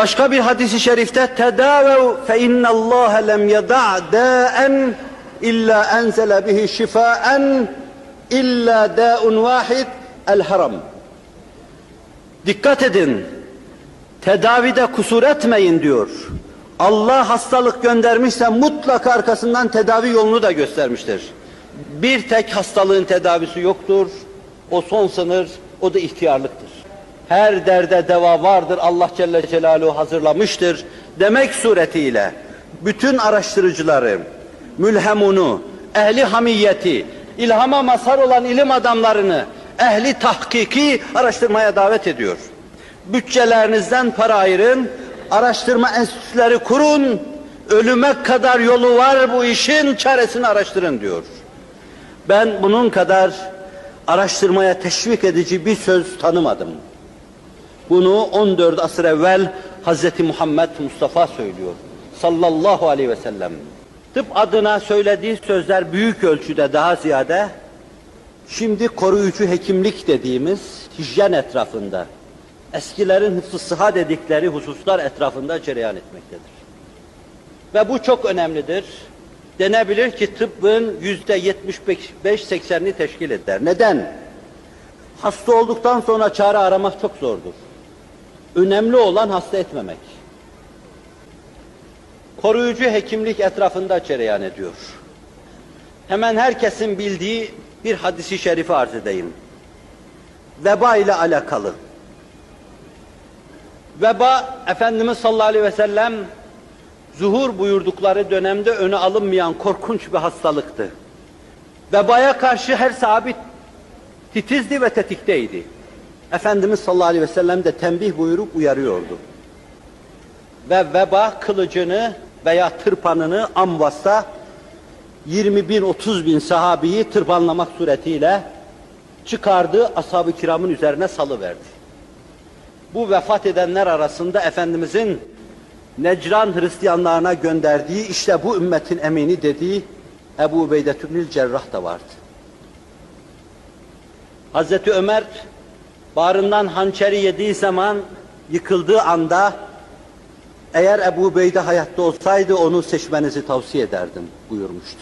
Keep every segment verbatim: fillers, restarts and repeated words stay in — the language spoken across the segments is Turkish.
Başka bir hadis-i şerifte tedavev fe innallâhe lem yeda' dâen illa enzele bihi şifâen illa dâ'un vâhid el haram. Dikkat edin, tedavide kusur etmeyin diyor. Allah hastalık göndermişse mutlaka arkasından tedavi yolunu da göstermiştir. Bir tek hastalığın tedavisi yoktur, o son sınır, o da ihtiyarlıktır. Her derde deva vardır, Allah Celle Celaluhu hazırlamıştır demek suretiyle bütün araştırıcıları, mülhemunu, ehli hamiyeti, ilhama mazhar olan ilim adamlarını, ehli tahkiki araştırmaya davet ediyor. Bütçelerinizden para ayırın, araştırma enstitüleri kurun, ölüme kadar yolu var bu işin, çaresini araştırın diyor. Ben bunun kadar araştırmaya teşvik edici bir söz tanımadım. Bunu on dört asır evvel Hazreti Muhammed Mustafa söylüyor sallallahu aleyhi ve sellem. Tıp adına söylediği sözler büyük ölçüde daha ziyade şimdi koruyucu hekimlik dediğimiz hijyen etrafında, eskilerin hıfz-ı sıha dedikleri hususlar etrafında cereyan etmektedir. Ve bu çok önemlidir. Denebilir ki tıbbın yüzde yetmiş beş seksenini teşkil eder. Neden? Hasta olduktan sonra çare aramak çok zordur. Önemli olan hasta etmemek. Koruyucu hekimlik etrafında cereyan ediyor. Hemen herkesin bildiği bir hadisi şerifi arz edeyim. Veba ile alakalı. Veba, Efendimiz sallallahu aleyhi ve sellem zuhur buyurdukları dönemde öne alınmayan korkunç bir hastalıktı. Vebaya karşı her sahabi titizdi ve tetikteydi. Efendimiz sallallahu aleyhi ve sellem de tembih buyurup uyarıyordu. Ve veba kılıcını veya tırpanını amvasta yirmi bin otuz bin sahabiyi tırpanlamak suretiyle çıkardı, ashab-ı kiramın üzerine salıverdi. Bu vefat edenler arasında Efendimizin Necran Hristiyanlarına gönderdiği, işte bu ümmetin emini dediği Ebu Ubeydetübnül Cerrah da vardı. Hazreti Ömer bağrından hançeri yediği zaman, yıkıldığı anda, eğer Ebu Ubeyde hayatta olsaydı onu seçmenizi tavsiye ederdim buyurmuştu.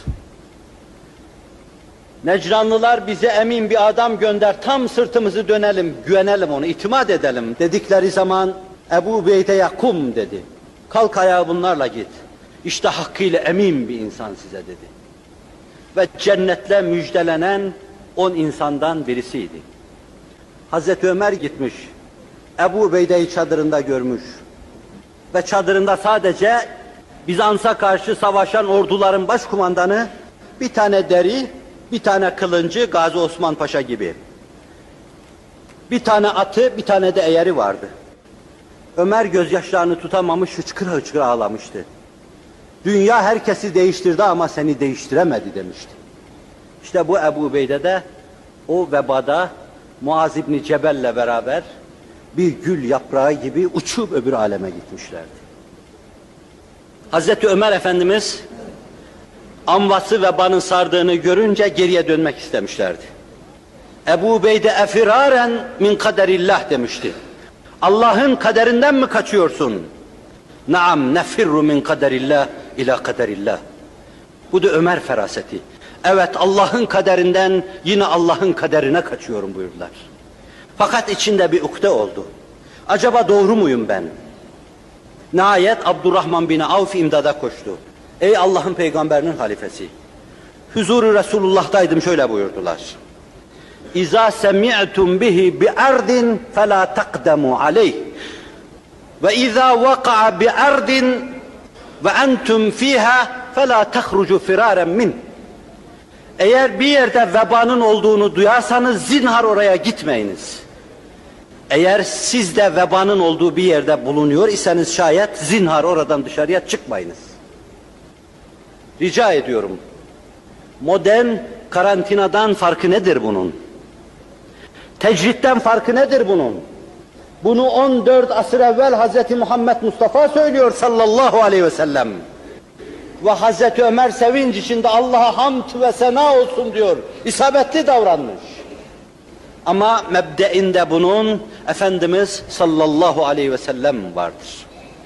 Necranlılar bize emin bir adam gönder, tam sırtımızı dönelim, güvenelim ona, itimat edelim dedikleri zaman Ebu Ubeyde'ye kum dedi. Kalk ayağa bunlarla git. İşte hakkıyla emin bir insan size dedi. Ve cennetle müjdelenen on insandan birisiydi. Hazreti Ömer gitmiş, Ebu Ubeyde'yi çadırında görmüş. Ve çadırında sadece Bizans'a karşı savaşan orduların başkumandanı, bir tane deri, bir tane kılıncı Gazi Osman Paşa gibi. Bir tane atı, bir tane de eğeri vardı. Ömer gözyaşlarını tutamamış, hıçkır hıçkır ağlamıştı. Dünya herkesi değiştirdi ama seni değiştiremedi demişti. İşte bu Ebu Ubeyde de o vebada Muaz İbni Cebel'le beraber bir gül yaprağı gibi uçup öbür aleme gitmişlerdi. Hazreti Ömer Efendimiz amvası vebanın sardığını görünce geriye dönmek istemişlerdi. Ebu Ubeyde efiraren min kaderillah demişti. Allah'ın kaderinden mi kaçıyorsun? Naam nefirru min kaderillah ila kaderillah. Bu da Ömer feraseti. Evet, Allah'ın kaderinden yine Allah'ın kaderine kaçıyorum buyurdular. Fakat içinde bir ukde oldu. Acaba doğru muyum ben? Nihayet Abdurrahman bin Avf imdada koştu. Ey Allah'ın peygamberinin halifesi. Huzur-u Resulullah'taydım, şöyle buyurdular. İza semi'tum bihi bi'ardin fela taqdamu aleyh. Ve iza vaka'a bi'ardin ve entum fiha fela tahrucu firaren min. Eğer bir yerde vebanın olduğunu duyarsanız zinhar oraya gitmeyiniz. Eğer siz de vebanın olduğu bir yerde bulunuyor iseniz şayet zinhar oradan dışarıya çıkmayınız. Rica ediyorum. Modern karantinadan farkı nedir bunun? Tecritten farkı nedir bunun? Bunu on dört asır evvel Hazreti Muhammed Mustafa söylüyor sallallahu aleyhi ve sellem. Ve Hazreti Ömer sevinç içinde Allah'a hamd ve sena olsun diyor. İsabetli davranmış. Ama mebdeinde bunun Efendimiz sallallahu aleyhi ve sellem vardır.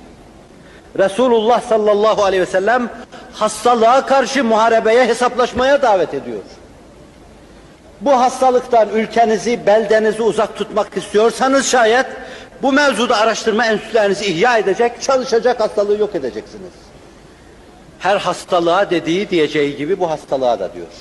Resulullah sallallahu aleyhi ve sellem hastalığa karşı muharebeye, hesaplaşmaya davet ediyor. Bu hastalıktan ülkenizi, beldenizi uzak tutmak istiyorsanız şayet, bu mevzuda araştırma enstitülerinizi ihya edecek, çalışacak, hastalığı yok edeceksiniz. Her hastalığa dediği diyeceği gibi bu hastalığa da diyor.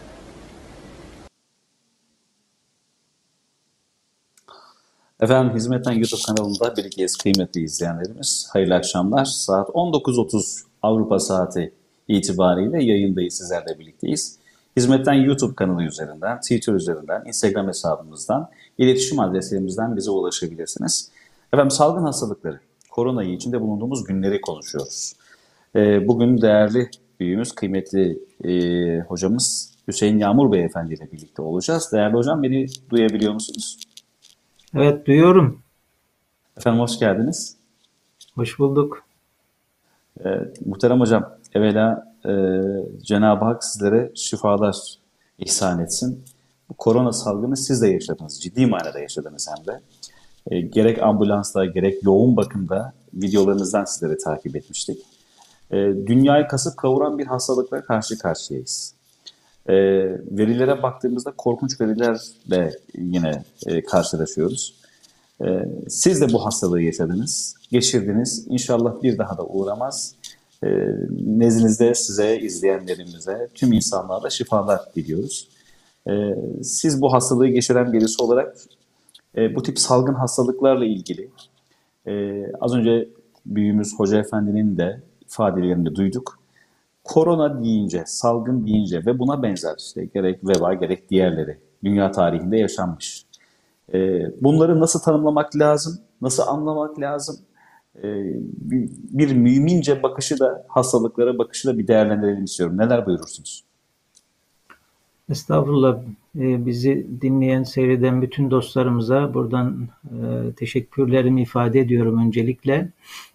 Efendim, Hizmetten YouTube kanalında birlikteyiz kıymetli izleyenlerimiz. Hayırlı akşamlar. Saat on dokuz otuz Avrupa saati itibariyle yayındayız, sizlerle birlikteyiz. Hizmetten YouTube kanalı üzerinden, Twitter üzerinden, Instagram hesabımızdan, iletişim adreslerimizden bize ulaşabilirsiniz. Efendim, salgın hastalıkları, koronayı içinde bulunduğumuz günleri konuşuyoruz. Ee, bugün değerli büyüğümüz, kıymetli e, hocamız Hüseyin Yağmur Beyefendi ile birlikte olacağız. Değerli hocam, beni duyabiliyor musunuz? Evet, duyuyorum. Efendim, hoş geldiniz. Hoş bulduk. Ee, muhterem hocam, evvela e, Cenab-ı Hak sizlere şifalar ihsan etsin. Bu korona salgını siz de yaşadınız, ciddi manada yaşadınız hem de. E, gerek ambulansta, gerek yoğun bakımda videolarınızdan sizleri takip etmiştik. E, dünyayı kasıp kavuran bir hastalıkla karşı karşıyayız. E, verilere baktığımızda korkunç verilerle yine e, karşılaşıyoruz. E, siz de bu hastalığı yaşadınız, geçirdiniz. İnşallah bir daha da uğramaz. E, nezdinizde size, izleyenlerimize, tüm insanlara da şifalar diliyoruz. E, siz bu hastalığı geçiren birisi olarak e, bu tip salgın hastalıklarla ilgili e, az önce büyüğümüz Hoca Efendi'nin de ifadelerini duyduk. Korona deyince, salgın deyince ve buna benzer işte gerek veba gerek diğerleri dünya tarihinde yaşanmış. Ee, bunları nasıl tanımlamak lazım, nasıl anlamak lazım? Ee, bir, bir mümince bakışı da, hastalıklara bakışı da bir değerlendirelim istiyorum. Neler buyurursunuz? Estağfurullah. Ee, bizi dinleyen, seyreden bütün dostlarımıza buradan e, teşekkürlerimi ifade ediyorum öncelikle.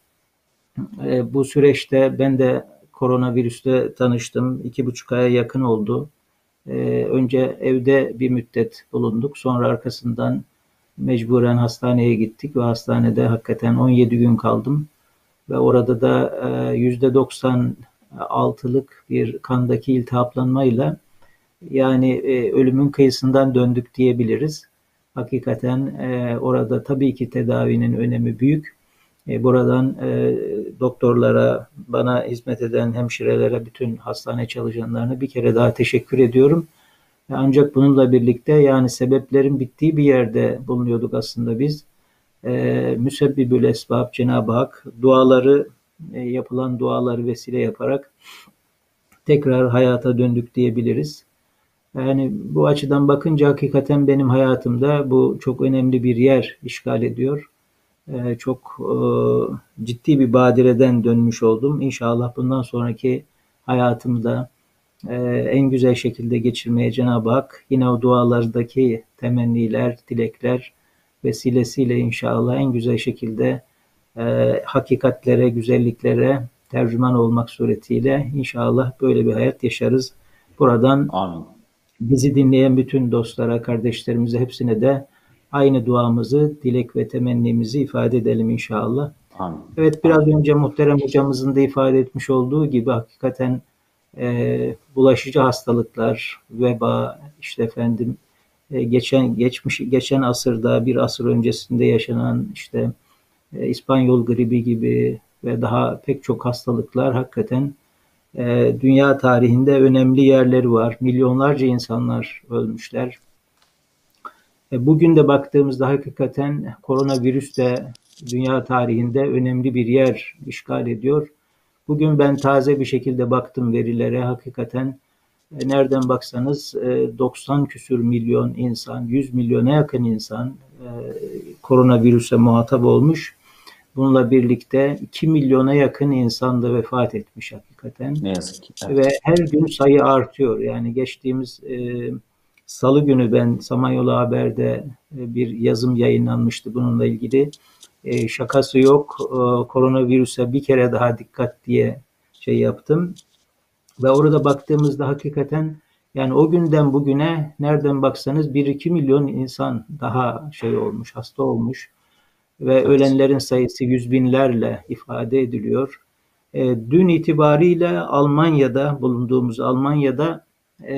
E, bu süreçte ben de koronavirüsle tanıştım. İki buçuk aya yakın oldu. Ee, önce evde bir müddet bulunduk. Sonra arkasından mecburen hastaneye gittik ve hastanede hakikaten on yedi gün kaldım. Ve orada da e, yüzde doksan altılık bir kandaki iltihaplanmayla yani e, ölümün kıyısından döndük diyebiliriz. Hakikaten e, orada tabii ki tedavinin önemi büyük. E, buradan e, doktorlara, bana hizmet eden hemşirelere, bütün hastane çalışanlarına bir kere daha teşekkür ediyorum. E, ancak bununla birlikte yani sebeplerin bittiği bir yerde bulunuyorduk aslında biz. E, Müsebbibül esbab, Cenab-ı Hak duaları, e, yapılan duaları vesile yaparak tekrar hayata döndük diyebiliriz. Yani bu açıdan bakınca hakikaten benim hayatımda bu çok önemli bir yer işgal ediyor. Ee, çok e, ciddi bir badireden dönmüş oldum. İnşallah bundan sonraki hayatımda e, en güzel şekilde geçirmeye Cenab-ı Hak yine o dualardaki temenniler, dilekler vesilesiyle inşallah en güzel şekilde e, hakikatlere, güzelliklere tercüman olmak suretiyle inşallah böyle bir hayat yaşarız. Buradan Amin. bizi dinleyen bütün dostlara, kardeşlerimize hepsine de aynı duamızı, dilek ve temennimizi ifade edelim inşallah. Amin. Evet, biraz önce muhterem hocamızın da ifade etmiş olduğu gibi hakikaten e, bulaşıcı hastalıklar, veba, işte efendim e, geçen geçmiş geçen asırda, bir asır öncesinde yaşanan işte e, İspanyol gribi gibi ve daha pek çok hastalıklar hakikaten e, dünya tarihinde önemli yerleri var. Milyonlarca insanlar ölmüşler. Bugün de baktığımızda hakikaten koronavirüs de dünya tarihinde önemli bir yer işgal ediyor. Bugün ben taze bir şekilde baktım verilere, hakikaten nereden baksanız doksan küsür milyon insan, yüz milyona yakın insan koronavirüse muhatap olmuş. Bununla birlikte iki milyona yakın insan da vefat etmiş hakikaten. Ne yazık ki. Evet. Ve her gün sayı artıyor. Yani geçtiğimiz e, Salı günü ben Samanyolu Haber'de bir yazım yayınlanmıştı bununla ilgili. E, şakası yok, e, koronavirüse bir kere daha dikkat diye şey yaptım. Ve orada baktığımızda hakikaten yani o günden bugüne nereden baksanız bir iki milyon insan daha şey olmuş, hasta olmuş. Ve ölenlerin sayısı yüz binlerle ifade ediliyor. E, dün itibariyle Almanya'da, bulunduğumuz Almanya'da e,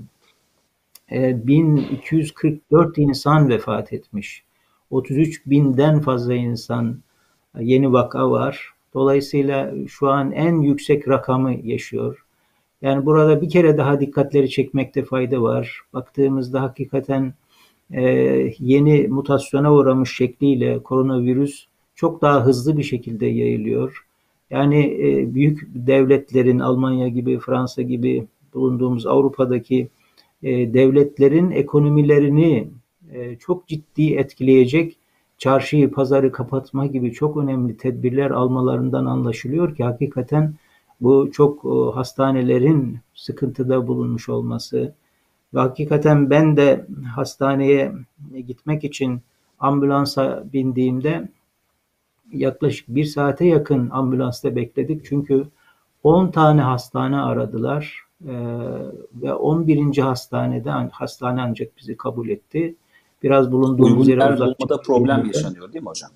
e, bin iki yüz kırk dört insan vefat etmiş. otuz üç binden fazla insan e, yeni vaka var. Dolayısıyla şu an en yüksek rakamı yaşıyor. Yani burada bir kere daha dikkatleri çekmekte fayda var. Baktığımızda hakikaten e, yeni mutasyona uğramış şekliyle koronavirüs çok daha hızlı bir şekilde yayılıyor. Yani e, büyük devletlerin Almanya gibi, Fransa gibi bulunduğumuz Avrupa'daki e, devletlerin ekonomilerini e, çok ciddi etkileyecek çarşıyı, pazarı kapatma gibi çok önemli tedbirler almalarından anlaşılıyor ki hakikaten bu çok e, hastanelerin sıkıntıda bulunmuş olması ve hakikaten ben de hastaneye gitmek için ambulansa bindiğimde yaklaşık bir saate yakın ambulansta bekledik. Çünkü on tane hastane aradılar ee, ve on birinci hastanede hastane ancak bizi kabul etti. Biraz bulunduğumuz Uygun yere yer uzak bulmada problem yaşanıyor değil mi hocam?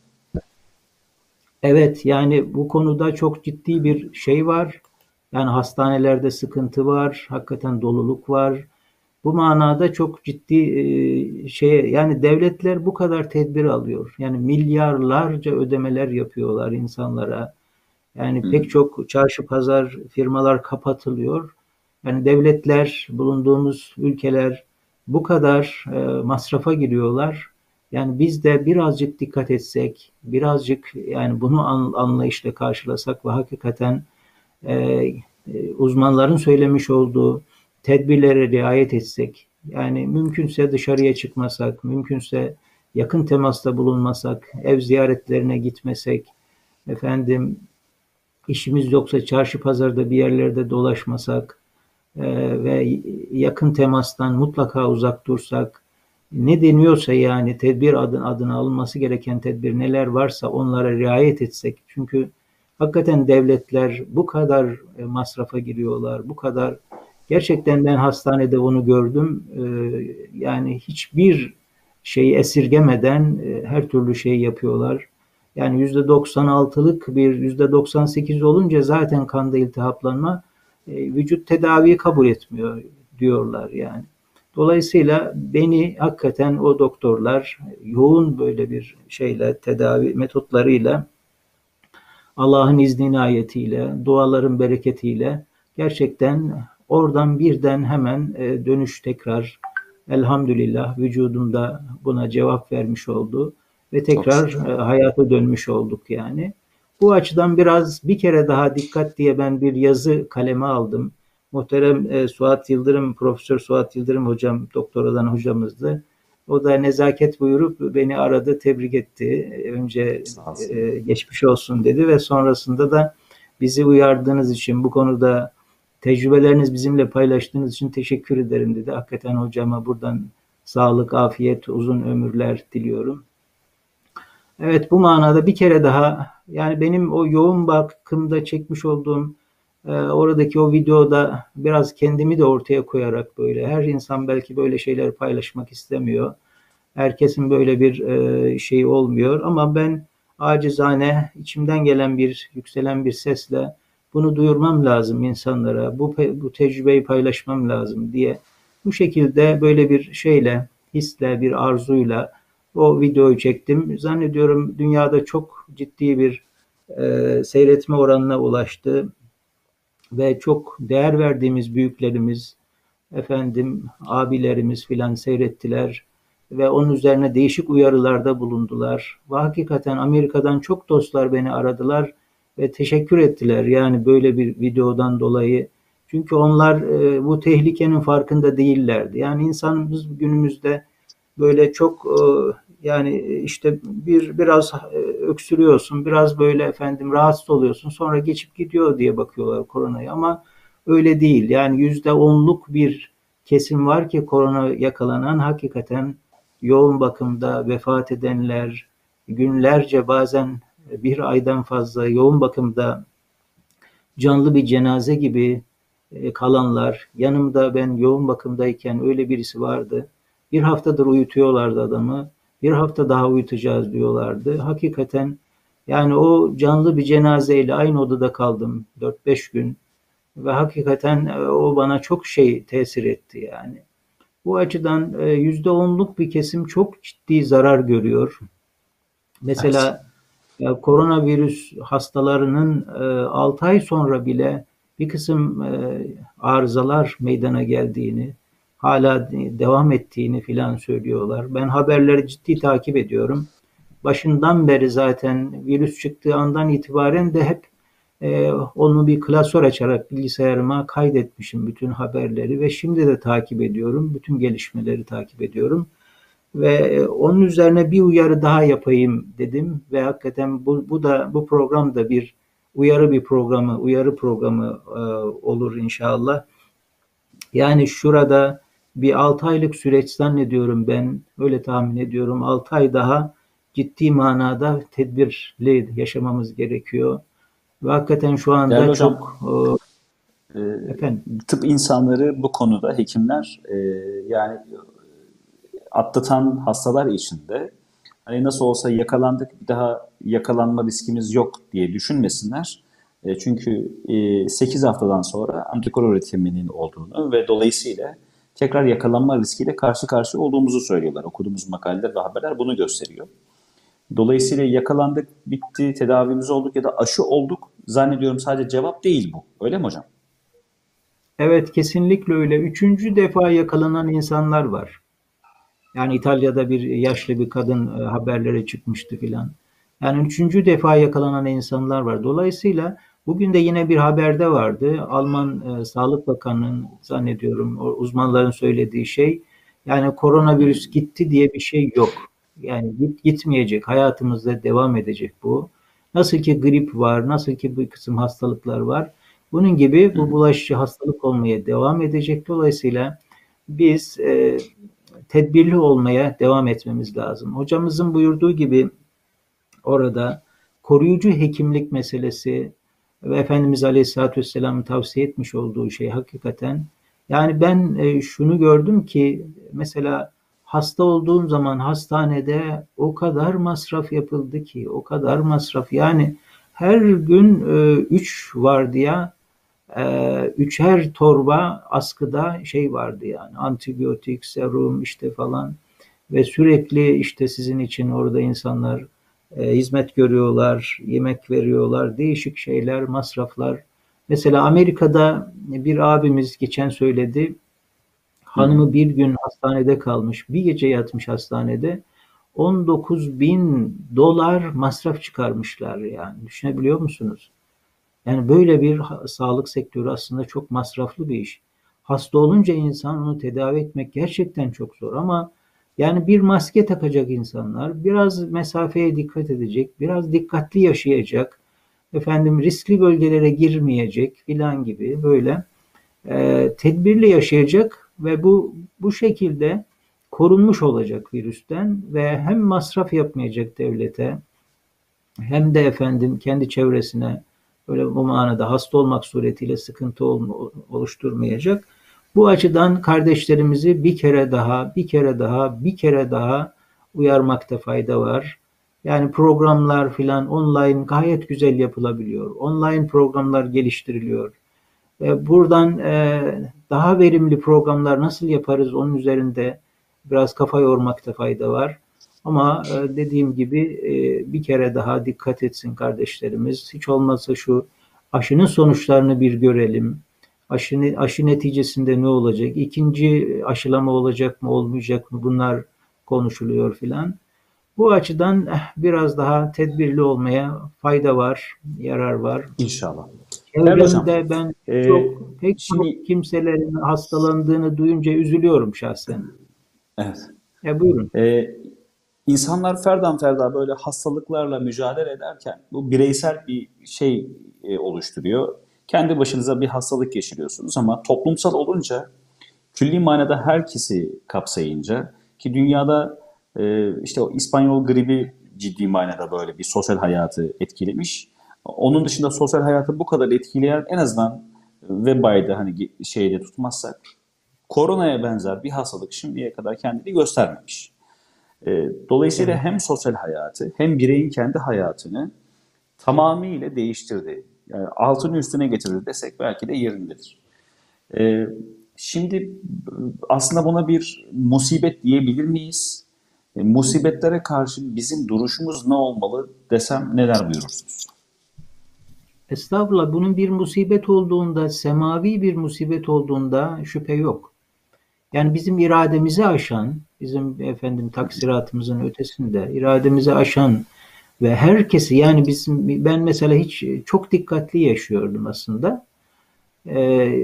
Evet, yani bu konuda çok ciddi bir şey var. Yani hastanelerde sıkıntı var, hakikaten doluluk var. Bu manada çok ciddi e, şeye yani devletler bu kadar tedbir alıyor. Yani milyarlarca ödemeler yapıyorlar insanlara. Yani Hı hı. pek çok çarşı pazar firmalar kapatılıyor. Yani devletler, bulunduğumuz ülkeler bu kadar e, masrafa giriyorlar. Yani biz de birazcık dikkat etsek, birazcık yani bunu an, anlayışla karşılasak ve hakikaten e, e, uzmanların söylemiş olduğu tedbirlere riayet etsek, yani mümkünse dışarıya çıkmasak, mümkünse yakın temasta bulunmasak, ev ziyaretlerine gitmesek, efendim işimiz yoksa çarşı pazarda bir yerlerde dolaşmasak e, ve yakın temastan mutlaka uzak dursak, ne deniyorsa yani tedbir adına, adına alınması gereken tedbir neler varsa onlara riayet etsek. Çünkü hakikaten devletler bu kadar e, masrafa giriyorlar, bu kadar gerçekten ben hastanede onu gördüm. E, yani hiçbir şeyi esirgemeden e, her türlü şeyi yapıyorlar. Yani yüzde doksan altılık bir yüzde doksan sekiz olunca zaten kanda iltihaplanma e, vücut tedaviyi kabul etmiyor diyorlar yani. Dolayısıyla beni hakikaten o doktorlar yoğun böyle bir şeyle tedavi metotlarıyla Allah'ın izni inayetiyle, duaların bereketiyle gerçekten oradan birden hemen e, dönüş tekrar elhamdülillah vücudumda buna cevap vermiş oldu ve Çok tekrar şükür. e, hayata dönmüş olduk yani. Bu açıdan biraz bir kere daha dikkat diye ben bir yazı kaleme aldım. Muhterem e, Suat Yıldırım, Profesör Suat Yıldırım hocam, doktoradan hocamızdı. O da nezaket buyurup beni aradı, tebrik etti. Önce Sağ olsun. e, geçmiş olsun dedi ve sonrasında da bizi uyardığınız için, bu konuda tecrübeleriniz bizimle paylaştığınız için teşekkür ederim dedi. Hakikaten hocama buradan sağlık, afiyet, uzun ömürler diliyorum. Evet, bu manada bir kere daha yani benim o yoğun bakımda çekmiş olduğum e, oradaki o videoda biraz kendimi de ortaya koyarak böyle her insan belki böyle şeyler paylaşmak istemiyor. Herkesin böyle bir e, şeyi olmuyor ama ben acizane içimden gelen bir yükselen bir sesle bunu duyurmam lazım insanlara. Bu bu tecrübeyi paylaşmam lazım diye bu şekilde böyle bir şeyle, hisle, bir arzuyla o videoyu çektim. Zannediyorum dünyada çok ciddi bir e, seyretme oranına ulaştı ve çok değer verdiğimiz büyüklerimiz, efendim abilerimiz filan seyrettiler ve onun üzerine değişik uyarılarda bulundular. Ve hakikaten Amerika'dan çok dostlar beni aradılar ve teşekkür ettiler. Yani böyle bir videodan dolayı. Çünkü onlar e, bu tehlikenin farkında değillerdi. Yani insanımız günümüzde böyle çok e, yani işte bir biraz e, öksürüyorsun, biraz böyle efendim rahatsız oluyorsun, sonra geçip gidiyor diye bakıyorlar koronayı ama öyle değil. Yani yüzde onluk bir kesim var ki korona yakalanan hakikaten yoğun bakımda vefat edenler, günlerce bazen bir aydan fazla yoğun bakımda canlı bir cenaze gibi e, kalanlar. Yanımda ben yoğun bakımdayken öyle birisi vardı. Bir haftadır uyutuyorlardı adamı. Bir hafta daha uyutacağız diyorlardı. Hakikaten Yani o canlı bir cenazeyle aynı odada kaldım dört beş gün ve hakikaten e, o bana çok şey tesir etti yani. Bu açıdan e, yüzde onluk bir kesim çok ciddi zarar görüyor. Evet. Mesela e, koronavirüs hastalarının e, altı ay sonra bile bir kısım e, arızalar meydana geldiğini, hala devam ettiğini filan söylüyorlar. Ben haberleri ciddi takip ediyorum. Başından beri zaten virüs çıktığı andan itibaren de hep e, onu bir klasör açarak bilgisayarıma kaydetmişim bütün haberleri ve şimdi de takip ediyorum. Bütün gelişmeleri takip ediyorum. Ve onun üzerine bir uyarı daha yapayım dedim ve hakikaten bu, bu da bu program da bir uyarı bir programı, uyarı programı e, olur inşallah. Yani şurada bir altı aylık süreç zannediyorum ben, öyle tahmin ediyorum. altı ay daha ciddi manada tedbirli yaşamamız gerekiyor. Ve hakikaten şu Değerli anda hocam, çok e, e, efendim. tıp insanları bu konuda, hekimler, e, yani atlatan hastalar içinde hani nasıl olsa yakalandık, bir daha yakalanma riskimiz yok diye düşünmesinler. E, çünkü e, sekiz haftadan sonra antikor üretiminin olduğunu ve dolayısıyla tekrar yakalanma riskiyle karşı karşıya olduğumuzu söylüyorlar. Okuduğumuz makaleler ve haberler bunu gösteriyor. Dolayısıyla yakalandık, bitti, tedavimiz olduk ya da aşı olduk zannediyorum sadece cevap değil bu. Öyle mi hocam? Evet, kesinlikle öyle. Üçüncü defa yakalanan insanlar var. Yani İtalya'da bir yaşlı bir kadın e, haberlere çıkmıştı filan. Yani üçüncü defa yakalanan insanlar var. Dolayısıyla bugün de yine bir haberde vardı. Alman e, Sağlık Bakanı'nın zannediyorum o uzmanların söylediği şey, yani koronavirüs gitti diye bir şey yok. Yani git, gitmeyecek. Hayatımızda devam edecek bu. Nasıl ki grip var, nasıl ki bir kısım hastalıklar var. Bunun gibi bu bulaşıcı hastalık olmaya devam edecek. Dolayısıyla biz e, tedbirli olmaya devam etmemiz lazım. Hocamızın buyurduğu gibi orada koruyucu hekimlik meselesi ve Efendimiz Aleyhisselatü Vesselam'ın tavsiye etmiş olduğu şey hakikaten, yani ben e, şunu gördüm ki mesela hasta olduğum zaman hastanede o kadar masraf yapıldı ki, o kadar masraf, yani her gün e, üç vardiya, e, üçer torba askıda şey vardı, yani antibiyotik, serum işte falan ve sürekli işte sizin için orada insanlar e, hizmet görüyorlar, yemek veriyorlar, değişik şeyler, masraflar. Mesela Amerika'da bir abimiz geçen söyledi, Hı hı. hanımı bir gün hastanede kalmış, bir gece yatmış hastanede, on dokuz bin dolar masraf çıkarmışlar yani. Düşünebiliyor musunuz? Yani böyle bir sağlık sektörü aslında çok masraflı bir iş. Hasta olunca insan onu tedavi etmek gerçekten çok zor ama yani bir maske takacak insanlar, biraz mesafeye dikkat edecek, biraz dikkatli yaşayacak, efendim riskli bölgelere girmeyecek filan gibi böyle e, tedbirli yaşayacak ve bu bu şekilde korunmuş olacak virüsten ve hem masraf yapmayacak devlete hem de efendim kendi çevresine böyle bu manada hasta olmak suretiyle sıkıntı oluşturmayacak. Bu açıdan kardeşlerimizi bir kere daha, bir kere daha, bir kere daha uyarmakta fayda var. Yani programlar filan online gayet güzel yapılabiliyor. Online programlar geliştiriliyor. E, buradan e, daha verimli programlar nasıl yaparız onun üzerinde biraz kafa yormakta fayda var. Ama e, dediğim gibi e, bir kere daha dikkat etsin kardeşlerimiz. Hiç olmazsa şu aşının sonuçlarını bir görelim. Aşı, aşı neticesinde ne olacak? İkinci aşılama olacak mı, olmayacak mı? Bunlar konuşuluyor filan. Bu açıdan biraz daha tedbirli olmaya fayda var, yarar var. İnşallah. Değerli hocam, Çevremde ben e, çok pek çok şimdi kimselerin hastalandığını duyunca üzülüyorum şahsen. evet, Ya buyurun. e, insanlar ferdan ferda böyle hastalıklarla mücadele ederken bu bireysel bir şey e, oluşturuyor. Kendi başınıza bir hastalık geçiriyorsunuz ama toplumsal olunca külli manada herkesi kapsayınca ki dünyada e, işte o İspanyol gribi ciddi manada böyle bir sosyal hayatı etkilemiş. Onun dışında sosyal hayatı bu kadar etkileyen en azından vebayda hani şeyde tutmazsak koronaya benzer bir hastalık şimdiye kadar kendini göstermemiş. E, dolayısıyla Evet. hem sosyal hayatı hem bireyin kendi hayatını tamamıyla değiştirdi. Yani altını üstüne getirdi desek belki de yerindedir. Ee, şimdi aslında buna bir musibet diyebilir miyiz? E, musibetlere karşı bizim duruşumuz ne olmalı desem neler buyurursunuz? Estağfurullah, bunun bir musibet olduğunda, semavi bir musibet olduğunda şüphe yok. Yani bizim irademizi aşan, bizim efendim taksiratımızın ötesinde irademizi aşan ve herkesi, yani bizim, ben mesela hiç çok dikkatli yaşıyordum aslında. Ee,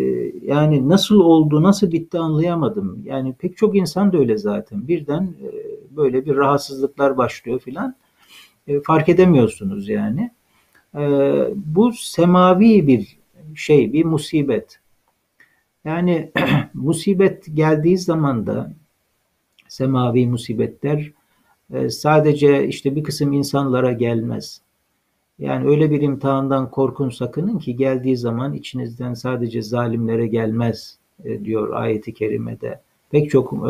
Yani nasıl oldu, nasıl bitti anlayamadım. Yani pek çok insan da öyle zaten. Birden e, böyle bir rahatsızlıklar başlıyor filan. E, fark edemiyorsunuz yani. E, Bu semavi bir şey, bir musibet. Yani musibet geldiği zaman da semavi musibetler e, sadece işte bir kısım insanlara gelmez. Yani öyle bir imtihandan korkun, sakının ki geldiği zaman içinizden sadece zalimlere gelmez e, diyor ayeti kerimede. Pek çok e,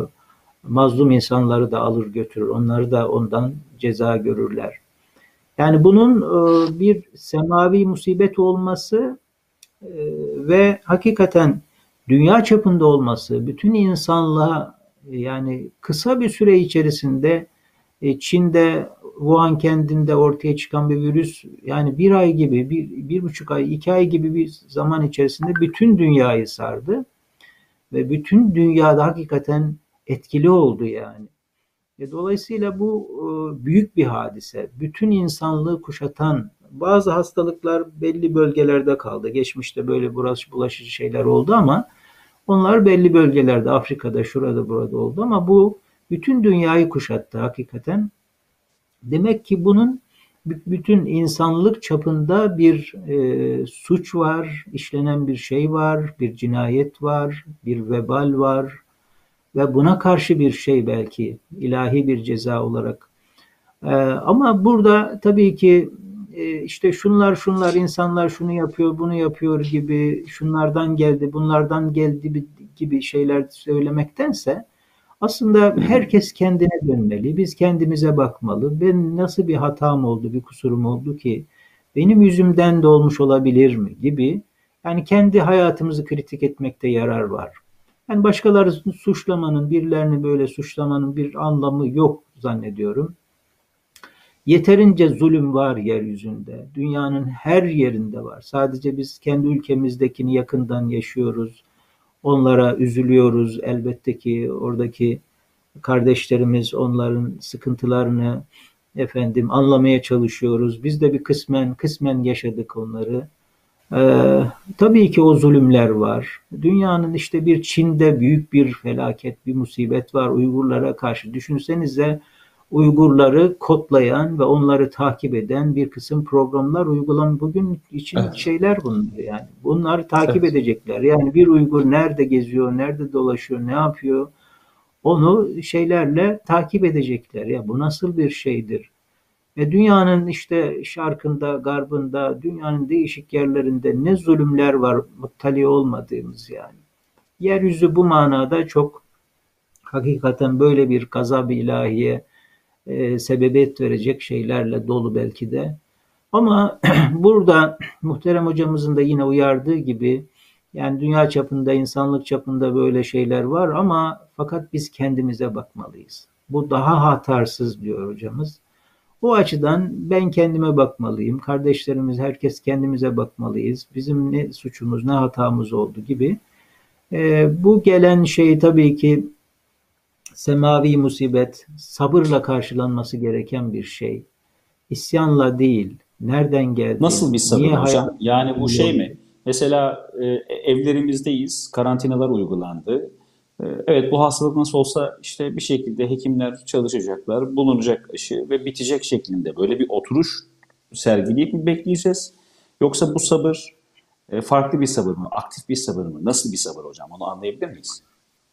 mazlum insanları da alır götürür. Onları da ondan ceza görürler. Yani bunun e, bir semavi musibet olması e, ve hakikaten dünya çapında olması, bütün insanlığa, yani kısa bir süre içerisinde e, Çin'de, Wuhan kentinde ortaya çıkan bir virüs, yani bir ay gibi, bir, bir buçuk ay, iki ay gibi bir zaman içerisinde bütün dünyayı sardı ve bütün dünyada hakikaten etkili oldu yani. E, dolayısıyla bu e, büyük bir hadise. Bütün insanlığı kuşatan bazı hastalıklar belli bölgelerde kaldı. Geçmişte böyle bulaşıcı şeyler oldu ama onlar belli bölgelerde, Afrika'da, şurada, burada oldu ama bu bütün dünyayı kuşattı hakikaten. Demek ki bunun bütün insanlık çapında bir e, suç var, işlenen bir şey var, bir cinayet var, bir vebal var ve buna karşı bir şey, belki ilahi bir ceza olarak. E, ama burada tabii ki e, işte şunlar şunlar insanlar şunu yapıyor, bunu yapıyor gibi, şunlardan geldi, bunlardan geldi gibi şeyler söylemektense aslında herkes kendine dönmeli. Biz kendimize bakmalı. Ben nasıl bir hatam oldu, bir kusurum oldu ki benim yüzümden de olmuş olabilir mi gibi. Yani kendi hayatımızı kritik etmekte yarar var. Yani başkalarını suçlamanın, birilerini böyle suçlamanın bir anlamı yok zannediyorum. Yeterince zulüm var yeryüzünde. Dünyanın her yerinde var. Sadece biz kendi ülkemizdekini yakından yaşıyoruz. Onlara üzülüyoruz. Elbette ki oradaki kardeşlerimiz, onların sıkıntılarını efendim anlamaya çalışıyoruz. Biz de bir kısmen kısmen yaşadık onları. Ee, tabii ki o zulümler var. Dünyanın işte bir Çin'de büyük bir felaket, bir musibet var Uygurlara karşı. Düşünsenize, Uygurları kodlayan ve onları takip eden bir kısım programlar uygulan, bugün için Evet. şeyler bunlar yani. Bunları takip Evet. edecekler. Yani bir Uygur nerede geziyor, nerede dolaşıyor, ne yapıyor? Onu şeylerle takip edecekler. Ya bu nasıl bir şeydir? E dünyanın işte şarkında, garbında, dünyanın değişik yerlerinde ne zulümler var muttali olmadığımız yani. Yeryüzü bu manada çok hakikaten böyle bir gazab-ı ilahiye e, sebebiyet verecek şeylerle dolu belki de. Ama burada muhterem hocamızın da yine uyardığı gibi, yani dünya çapında, insanlık çapında böyle şeyler var ama fakat biz kendimize bakmalıyız. Bu daha hatarsız diyor hocamız. O açıdan ben kendime bakmalıyım. Kardeşlerimiz, herkes kendimize bakmalıyız. Bizim ne suçumuz, ne hatamız oldu gibi. E, bu gelen şey tabii ki semavi musibet, sabırla karşılanması gereken bir şey. İsyanla değil. Nereden Nasıl bir geldiğini, sabır niye hocam? Yani bu şey hayatımız. mi? Mesela e, evlerimizdeyiz, karantinalar uygulandı. E, evet, bu hastalık nasıl olsa işte bir şekilde hekimler çalışacaklar, bulunacak aşı ve bitecek şeklinde böyle bir oturuş sergileyip mi bekleyeceğiz? Yoksa bu sabır e, farklı bir sabır mı, aktif bir sabır mı? Nasıl bir sabır hocam? Onu anlayabilir miyiz?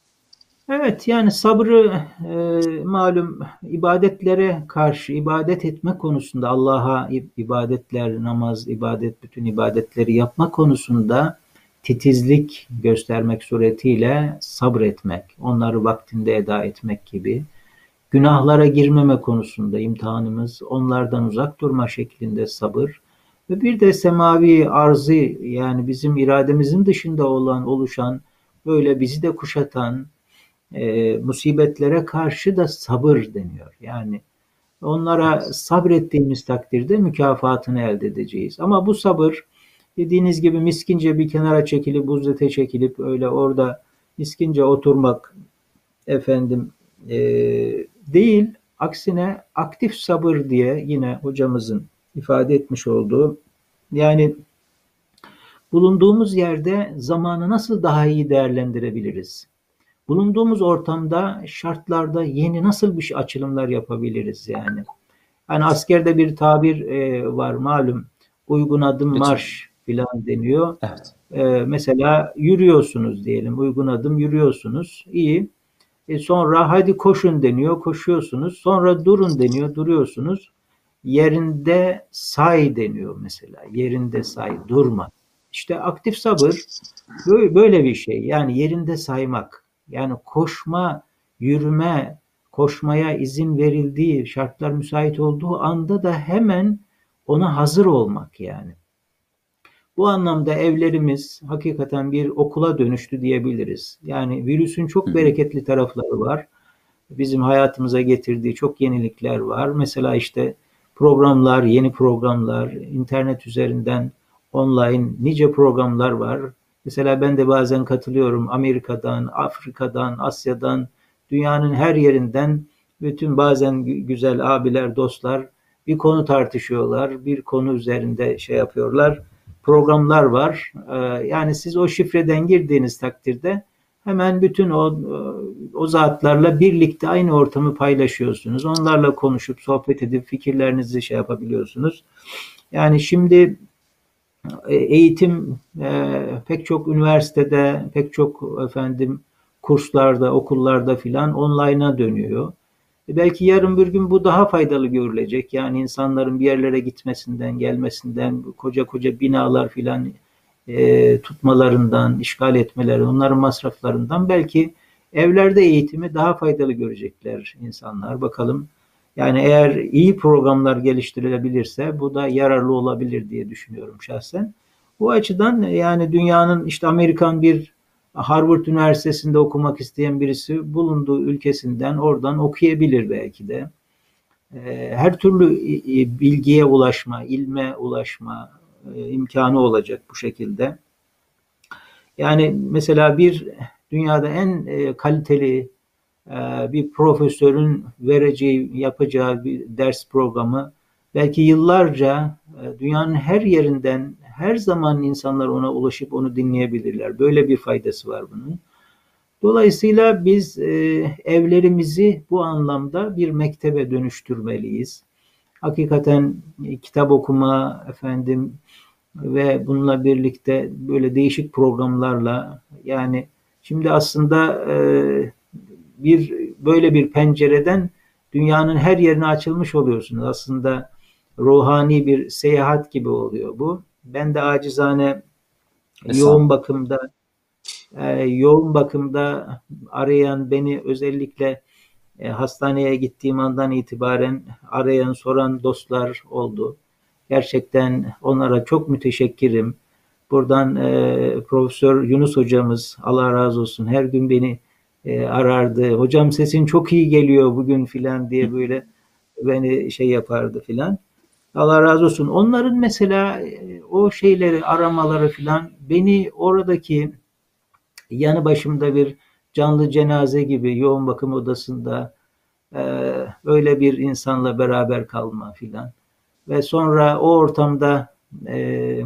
Evet, yani sabrı e, malum ibadetlere karşı, ibadet etme konusunda, Allah'a ibadetler, namaz, ibadet, bütün ibadetleri yapma konusunda titizlik göstermek suretiyle sabretmek, onları vaktinde eda etmek gibi. günahlara girmeme konusunda imtihanımız, onlardan uzak durma şeklinde sabır ve bir de semavi arzı, yani bizim irademizin dışında olan, oluşan, böyle bizi de kuşatan e, musibetlere karşı da sabır deniyor. Yani onlara sabrettiğimiz takdirde mükafatını elde edeceğiz. Ama bu sabır, dediğiniz gibi miskince bir kenara çekilip, uzlete çekilip öyle orada miskince oturmak efendim e, değil. Aksine aktif sabır diye yine hocamızın ifade etmiş olduğu, yani bulunduğumuz yerde zamanı nasıl daha iyi değerlendirebiliriz? Bulunduğumuz ortamda, şartlarda yeni nasıl bir şey, açılımlar yapabiliriz yani? Hani askerde bir tabir e, var malum, uygun adım Lütfen. marş filan deniyor. Evet. E, mesela yürüyorsunuz diyelim, uygun adım yürüyorsunuz, iyi. E sonra hadi koşun deniyor, koşuyorsunuz. Sonra durun deniyor, duruyorsunuz. Yerinde say deniyor mesela, yerinde say, durma. İşte aktif sabır böyle, böyle bir şey. Yani yerinde saymak, yani koşma, yürüme, koşmaya izin verildiği, şartlar müsait olduğu anda da hemen ona hazır olmak yani. Bu anlamda evlerimiz hakikaten bir okula dönüştü diyebiliriz. Yani virüsün Hı çok hı. bereketli tarafları var. Bizim hayatımıza getirdiği çok yenilikler var. Mesela işte programlar, yeni programlar, internet üzerinden online nice programlar var. Mesela ben de bazen katılıyorum, Amerika'dan, Afrika'dan, Asya'dan, dünyanın her yerinden bütün bazen güzel abiler, dostlar bir konu tartışıyorlar, bir konu üzerinde şey yapıyorlar. Programlar var. Ee, Yani siz o şifreden girdiğiniz takdirde hemen bütün o o zatlarla birlikte aynı ortamı paylaşıyorsunuz. Onlarla konuşup sohbet edip fikirlerinizi şey yapabiliyorsunuz. Yani şimdi e, eğitim e, pek çok üniversitede, pek çok efendim kurslarda, okullarda filan online'a dönüyor. E, belki yarın bir gün bu daha faydalı görülecek. Yani insanların bir yerlere gitmesinden, gelmesinden, koca koca binalar filan e, tutmalarından, işgal etmeleri, onların masraflarından belki evlerde eğitimi daha faydalı görecekler insanlar. Bakalım. Yani eğer iyi programlar geliştirilebilirse bu da yararlı olabilir diye düşünüyorum şahsen. Bu açıdan yani dünyanın işte Amerikan bir Harvard Üniversitesi'nde okumak isteyen birisi bulunduğu ülkesinden oradan okuyabilir belki de. Her türlü bilgiye ulaşma, ilme ulaşma imkanı olacak bu şekilde. Yani mesela bir dünyada en kaliteli bir profesörün vereceği, yapacağı bir ders programı belki yıllarca dünyanın her yerinden her zaman insanlar ona ulaşıp onu dinleyebilirler. Böyle bir faydası var bunun. Dolayısıyla biz e, evlerimizi bu anlamda bir mektebe dönüştürmeliyiz. Hakikaten e, kitap okuma efendim ve bununla birlikte böyle değişik programlarla, yani şimdi aslında e, bir böyle bir pencereden dünyanın her yerine açılmış oluyorsunuz. Aslında ruhani bir seyahat gibi oluyor bu. Ben de acizane yoğun Estağfurullah. bakımda e, yoğun bakımda arayan, beni özellikle e, hastaneye gittiğim andan itibaren arayan, soran dostlar oldu. Gerçekten onlara çok müteşekkirim. Buradan e, Profesör Yunus hocamız, Allah razı olsun, her gün beni e, arardı. Hocam sesin çok iyi geliyor bugün filan diye böyle beni şey yapardı filan. Allah razı olsun. Onların mesela e, o şeyleri aramaları filan beni oradaki yanı başımda bir canlı cenaze gibi yoğun bakım odasında e, öyle bir insanla beraber kalma filan. Ve sonra o ortamda e,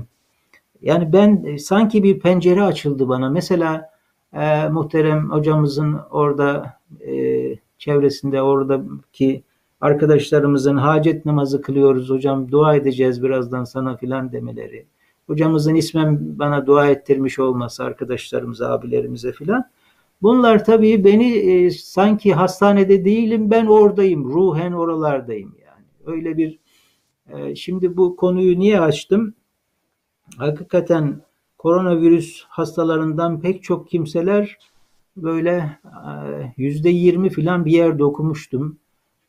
yani ben e, sanki bir pencere açıldı bana. Mesela e, muhterem hocamızın orada e, çevresinde oradaki arkadaşlarımızın hacet namazı kılıyoruz hocam, dua edeceğiz birazdan sana filan demeleri. Hocamızın ismen bana dua ettirmiş olması arkadaşlarımıza, abilerimize filan. Bunlar tabii beni e, sanki hastanede değilim, ben oradayım, ruhen oralardayım yani. Öyle bir e, şimdi bu konuyu niye açtım? Hakikaten koronavirüs hastalarından pek çok kimseler böyle yüzde yirmi filan bir yerde okumuştum.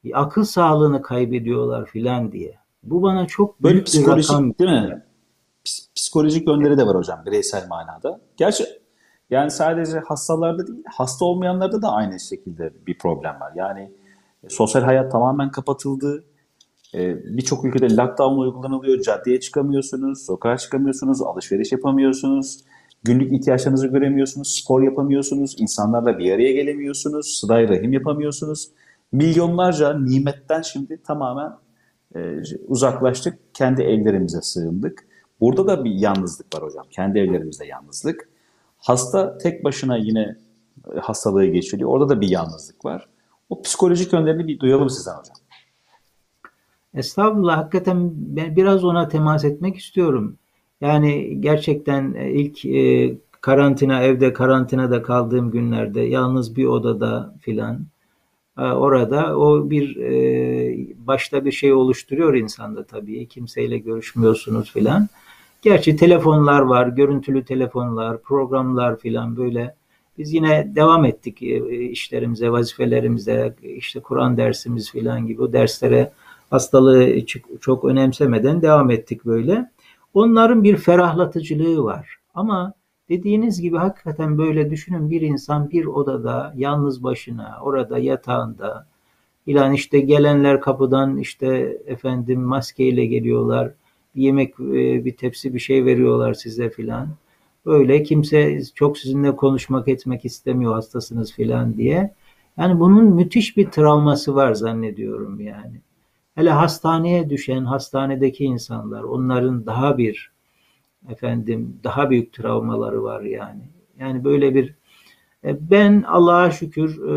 akıl sağlığını kaybediyorlar filan diye. Bu bana çok Böyle büyük bir rakam. psikolojik değil mi? Ps- Psikolojik yönleri de var hocam bireysel manada. Gerçi yani sadece hastalarda değil, hasta olmayanlarda da aynı şekilde bir problem var. Yani e, sosyal hayat tamamen kapatıldı. E, birçok ülkede lockdown uygulanılıyor. Caddeye çıkamıyorsunuz, sokağa çıkamıyorsunuz, alışveriş yapamıyorsunuz. Günlük ihtiyaçlarınızı göremiyorsunuz, spor yapamıyorsunuz, insanlarla bir araya gelemiyorsunuz, sıla rahim yapamıyorsunuz. Milyonlarca nimetten şimdi tamamen e, uzaklaştık, kendi evlerimize sığındık. Burada da bir yalnızlık var hocam, kendi evlerimizde yalnızlık. Hasta tek başına yine e, hastalığı geçiriyor, orada da bir yalnızlık var. O psikolojik yönlerini bir duyalım sizden hocam. Estağfurullah, hakikaten ben biraz ona temas etmek istiyorum. Yani gerçekten e, ilk e, karantina, evde karantinada kaldığım günlerde yalnız bir odada filan, e, orada o bir e, başta bir şey oluşturuyor insanda tabii. Kimseyle görüşmüyorsunuz filan. Gerçi telefonlar var, görüntülü telefonlar, programlar filan böyle. Biz yine devam ettik e, işlerimize, vazifelerimize, işte Kur'an dersimiz filan gibi o derslere hastalığı çok önemsemeden devam ettik böyle. Onların bir ferahlatıcılığı var. Ama dediğiniz gibi hakikaten böyle düşünün, bir insan bir odada yalnız başına orada yatağında, İlan işte gelenler kapıdan işte efendim maskeyle geliyorlar. Bir yemek, e, bir tepsi bir şey veriyorlar size filan. Böyle kimse çok sizinle konuşmak etmek istemiyor, hastasınız filan diye. Yani bunun müthiş bir travması var zannediyorum yani. Hele hastaneye düşen, hastanedeki insanlar, onların daha bir efendim daha büyük travmaları var yani. Yani böyle bir e, ben Allah'a şükür e,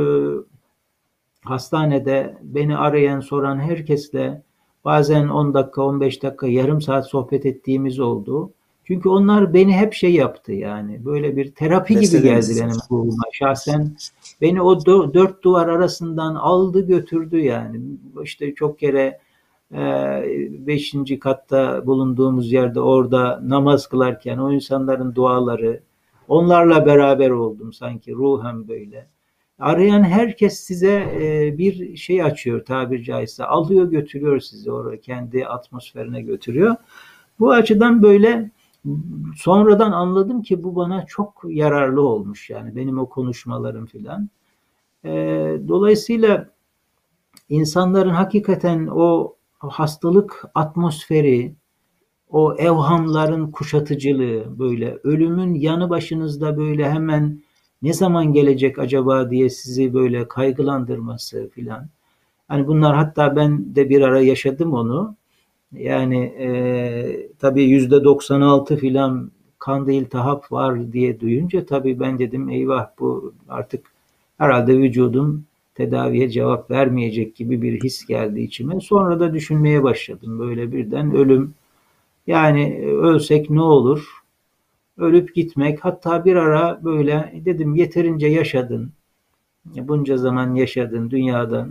hastanede beni arayan, soran herkesle bazen on dakika, on beş dakika, yarım saat sohbet ettiğimiz oldu. Çünkü onlar beni hep şey yaptı yani. Böyle bir terapi gibi Beslediniz geldi siz benim hocam. ruhuma. Şahsen beni o dö- dört duvar arasından aldı götürdü yani. İşte çok kere e, beşinci katta bulunduğumuz yerde orada namaz kılarken o insanların duaları, onlarla beraber oldum sanki ruhen böyle. Arayan herkes size e, bir şey açıyor tabiri caizse. Alıyor götürüyor sizi oraya, kendi atmosferine götürüyor. Bu açıdan böyle sonradan anladım ki bu bana çok yararlı olmuş yani benim o konuşmalarım filan. E, dolayısıyla insanların hakikaten o hastalık atmosferi, o evhamların kuşatıcılığı, böyle ölümün yanı başınızda böyle hemen ne zaman gelecek acaba diye sizi böyle kaygılandırması filan. Hani bunlar, hatta ben de bir ara yaşadım onu. Yani e, tabii yüzde doksan altı filan kanda iltihap var diye duyunca tabii ben dedim eyvah, bu artık herhalde vücudum tedaviye cevap vermeyecek gibi bir his geldi içime. Sonra da düşünmeye başladım, böyle birden ölüm, yani ölsek ne olur? Ölüp gitmek. Hatta bir ara böyle dedim, yeterince yaşadın. Bunca zaman yaşadın dünyadan.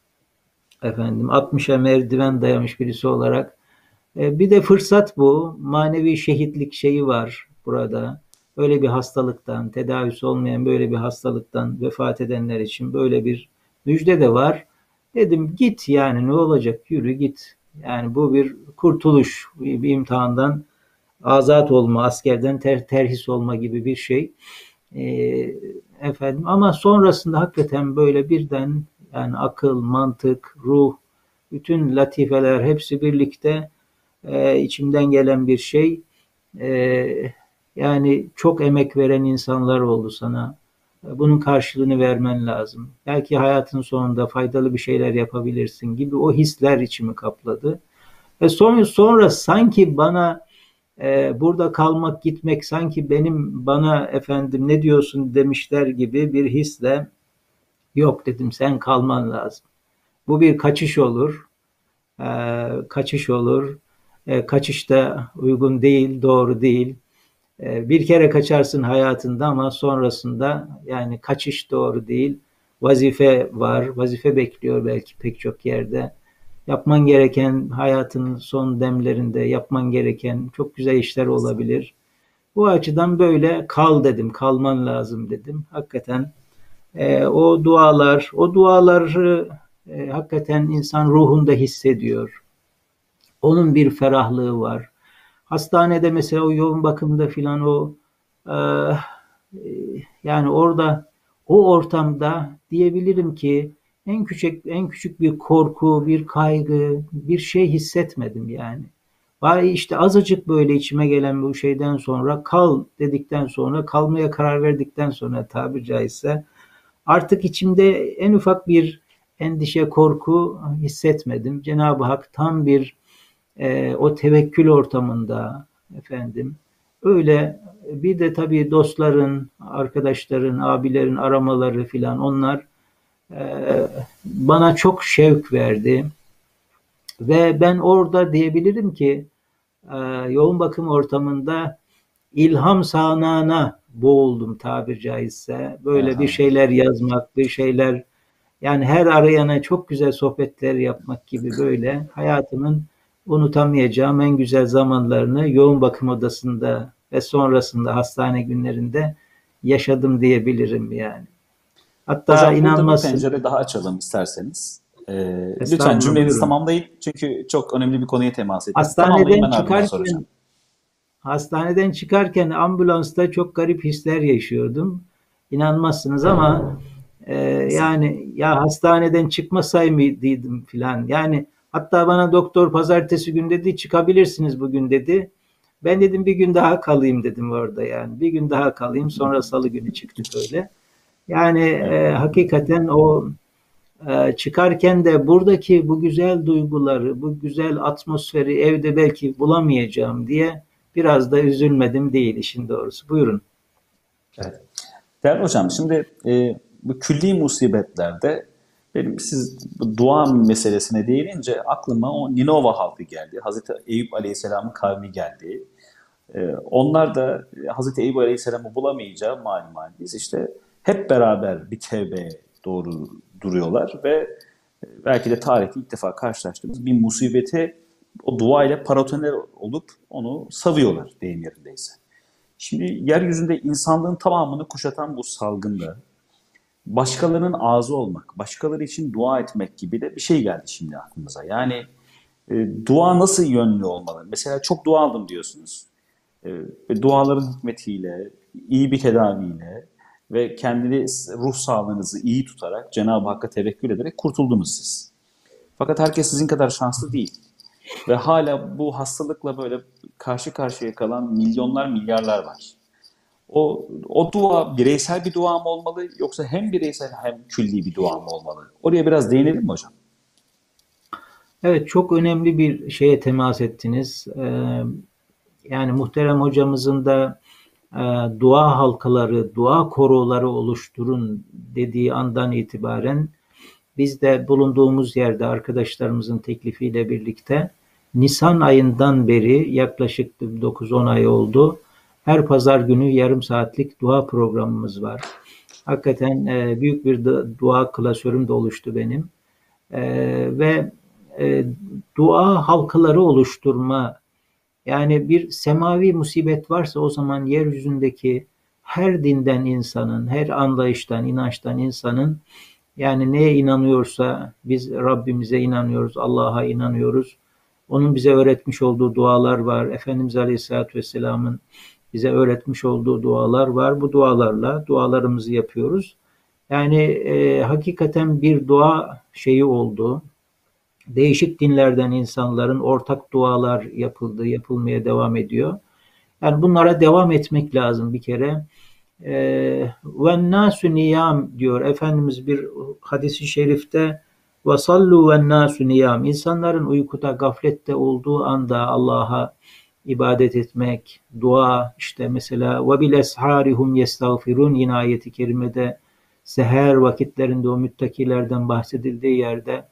Efendim altmışa merdiven dayamış birisi olarak. E, bir de fırsat bu. Manevi şehitlik şeyi var burada. Böyle bir hastalıktan, tedavisi olmayan böyle bir hastalıktan vefat edenler için böyle bir müjde de var. Dedim git, yani ne olacak, yürü git. Yani bu bir kurtuluş, bir, bir imtihandan azat olma, askerden ter, terhis olma gibi bir şey. E, efendim ama sonrasında hakikaten böyle birden yani akıl, mantık, ruh, bütün latifeler hepsi birlikte e, içimden gelen bir şey. E, yani çok emek veren insanlar oldu sana. Bunun karşılığını vermen lazım. Belki hayatın sonunda faydalı bir şeyler yapabilirsin gibi o hisler içimi kapladı. Ve son, sonra sanki bana e, burada kalmak, gitmek sanki benim bana efendim ne diyorsun demişler gibi bir hisle, yok dedim, sen kalman lazım. Bu bir kaçış olur. E, kaçış olur. E, kaçış da uygun değil, doğru değil. E, bir kere kaçarsın hayatında ama sonrasında yani kaçış doğru değil. Vazife var, vazife bekliyor belki pek çok yerde. Yapman gereken, hayatın son demlerinde yapman gereken çok güzel işler olabilir. Bu açıdan böyle kal dedim, kalman lazım dedim. Hakikaten e, o dualar, o duaları e, hakikaten insan ruhunda hissediyor. Onun bir ferahlığı var. Hastanede mesela o yoğun bakımda filan o e, yani orada o ortamda diyebilirim ki en küçük en küçük bir korku, bir kaygı, bir şey hissetmedim yani. Vay işte azıcık böyle içime gelen bu şeyden sonra kal dedikten sonra kalmaya karar verdikten sonra tabiri caizse artık içimde en ufak bir endişe, korku hissetmedim. Cenab-ı Hak tam bir e, o tevekkül ortamında efendim öyle bir de tabii dostların, arkadaşların, abilerin aramaları filan onlar e, bana çok şevk verdi ve ben orada diyebilirim ki e, yoğun bakım ortamında ilham sahnağına boğuldum tabir caizse. Böyle bir Elhamdülillah. şeyler yazmak, bir şeyler yani her arayana çok güzel sohbetler yapmak gibi böyle hayatımın unutamayacağım en güzel zamanlarını yoğun bakım odasında ve sonrasında hastane günlerinde yaşadım diyebilirim yani. Hatta Hocam burada bir inanmazsın. pencere daha açalım isterseniz. Ee, lütfen Estağfurullah cümlenizi buyurun. tamamlayın çünkü çok önemli bir konuya temas ettiniz. Tamamlayın, Hastaneden ben ardından soracağım. çıkarken hastaneden çıkarken ambulansta çok garip hisler yaşıyordum. İnanmazsınız ama e, yani ya hastaneden çıkmasay mıydım filan. Yani hatta bana doktor pazartesi gün dedi çıkabilirsiniz bugün dedi. Ben dedim bir gün daha kalayım dedim orada yani. Bir gün daha kalayım sonra salı günü çıktık öyle. Yani Evet. e, hakikaten o e, çıkarken de buradaki bu güzel duyguları, bu güzel atmosferi evde belki bulamayacağım diye biraz da üzülmedim değil işin doğrusu. Buyurun. Evet. Değerli hocam, şimdi e, bu külli musibetlerde benim siz bu dua meselesine değinince aklıma o Ninova halkı geldi. Hazreti Eyüp Aleyhisselam'ın kavmi geldi. E, onlar da Hazreti Eyüp Aleyhisselam'ı bulamayınca malum haliniz işte hep beraber bir tevbeye doğru duruyorlar ve e, belki de tarihte ilk defa karşılaştığımız bir musibeti o dua ile paratoner olup onu savuyorlar deyim yerindeyse. Şimdi yeryüzünde insanlığın tamamını kuşatan bu salgında başkalarının ağzı olmak, başkaları için dua etmek gibi de bir şey geldi şimdi aklımıza. Yani e, dua nasıl yönlü olmalı? Mesela çok dua aldım diyorsunuz. E, ve duaların hikmetiyle, iyi bir tedaviyle ve kendi ruh sağlığınızı iyi tutarak Cenab-ı Hakk'a tevekkül ederek kurtuldunuz siz. Fakat herkes sizin kadar şanslı değil. Ve hala bu hastalıkla böyle karşı karşıya kalan milyonlar, milyarlar var. O, o dua bireysel bir dua mı olmalı yoksa hem bireysel hem külli bir dua mı olmalı? Oraya biraz değinelim mi hocam? Evet çok önemli bir şeye temas ettiniz. Ee, yani muhterem hocamızın da e, dua halkaları, dua koroları oluşturun dediği andan itibaren biz de bulunduğumuz yerde arkadaşlarımızın teklifiyle birlikte Nisan ayından beri yaklaşık dokuz on ay oldu. Her pazar günü yarım saatlik dua programımız var. Hakikaten e, büyük bir dua klasörüm de oluştu benim. E, ve e, dua halkaları oluşturma yani bir semavi musibet varsa o zaman yeryüzündeki her dinden insanın, her anlayıştan, inançtan insanın yani neye inanıyorsa biz Rabbimize inanıyoruz, Allah'a inanıyoruz. Onun bize öğretmiş olduğu dualar var. Efendimiz Aleyhisselatü Vesselam'ın bize öğretmiş olduğu dualar var. Bu dualarla dualarımızı yapıyoruz. Yani e, hakikaten bir dua şeyi oldu. Değişik dinlerden insanların ortak dualar yapıldı, yapılmaya devam ediyor. Yani bunlara devam etmek lazım bir kere. Ve nasu niyam diyor Efendimiz bir hadisi şerifte ve sallu ve nasu niyam insanların uykuda gaflette olduğu anda Allah'a ibadet etmek, dua işte mesela ve bil esharihum yestağfirun yine ayeti kerimede seher vakitlerinde o müttakilerden bahsedildiği yerde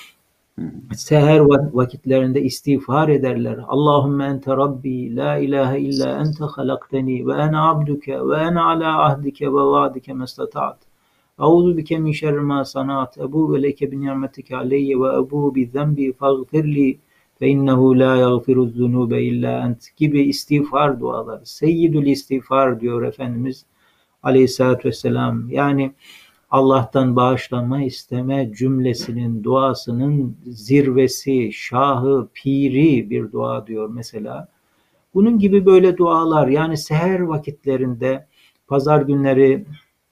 seher vakitlerinde istiğfar ederler. Allahümme ente Rabbi, la ilahe illa ente halakteni ve ene abduke ve ene ala ahdike ve vaadike mestata'at. Euzu bike min şerri ma sanat. Ebu ve leke bi ni'metike aleyye ve ebu bi zenbi faghfirli fe innehu la yaghfiru zunube illa ent gibi istiğfar duaları. Seyyidül istiğfar diyor Efendimiz Aleyhisselatü Vesselam. Yani Allah'tan bağışlanma isteme cümlesinin duasının zirvesi, şahı, piri bir dua diyor mesela. Bunun gibi böyle dualar, yani seher vakitlerinde, pazar günleri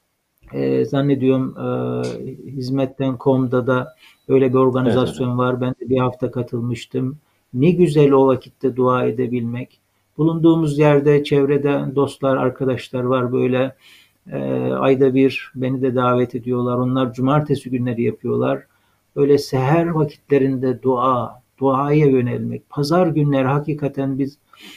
e, zannediyorum e, hizmetten nokta com'da da öyle bir organizasyon Evet, var. Ben de bir hafta katılmıştım. Ne güzel o vakitte dua edebilmek. Bulunduğumuz yerde çevrede dostlar, arkadaşlar var böyle. E, ayda bir beni de davet ediyorlar. Onlar cumartesi günleri yapıyorlar. Böyle seher vakitlerinde dua, duaya yönelmek. Pazar günleri hakikaten biz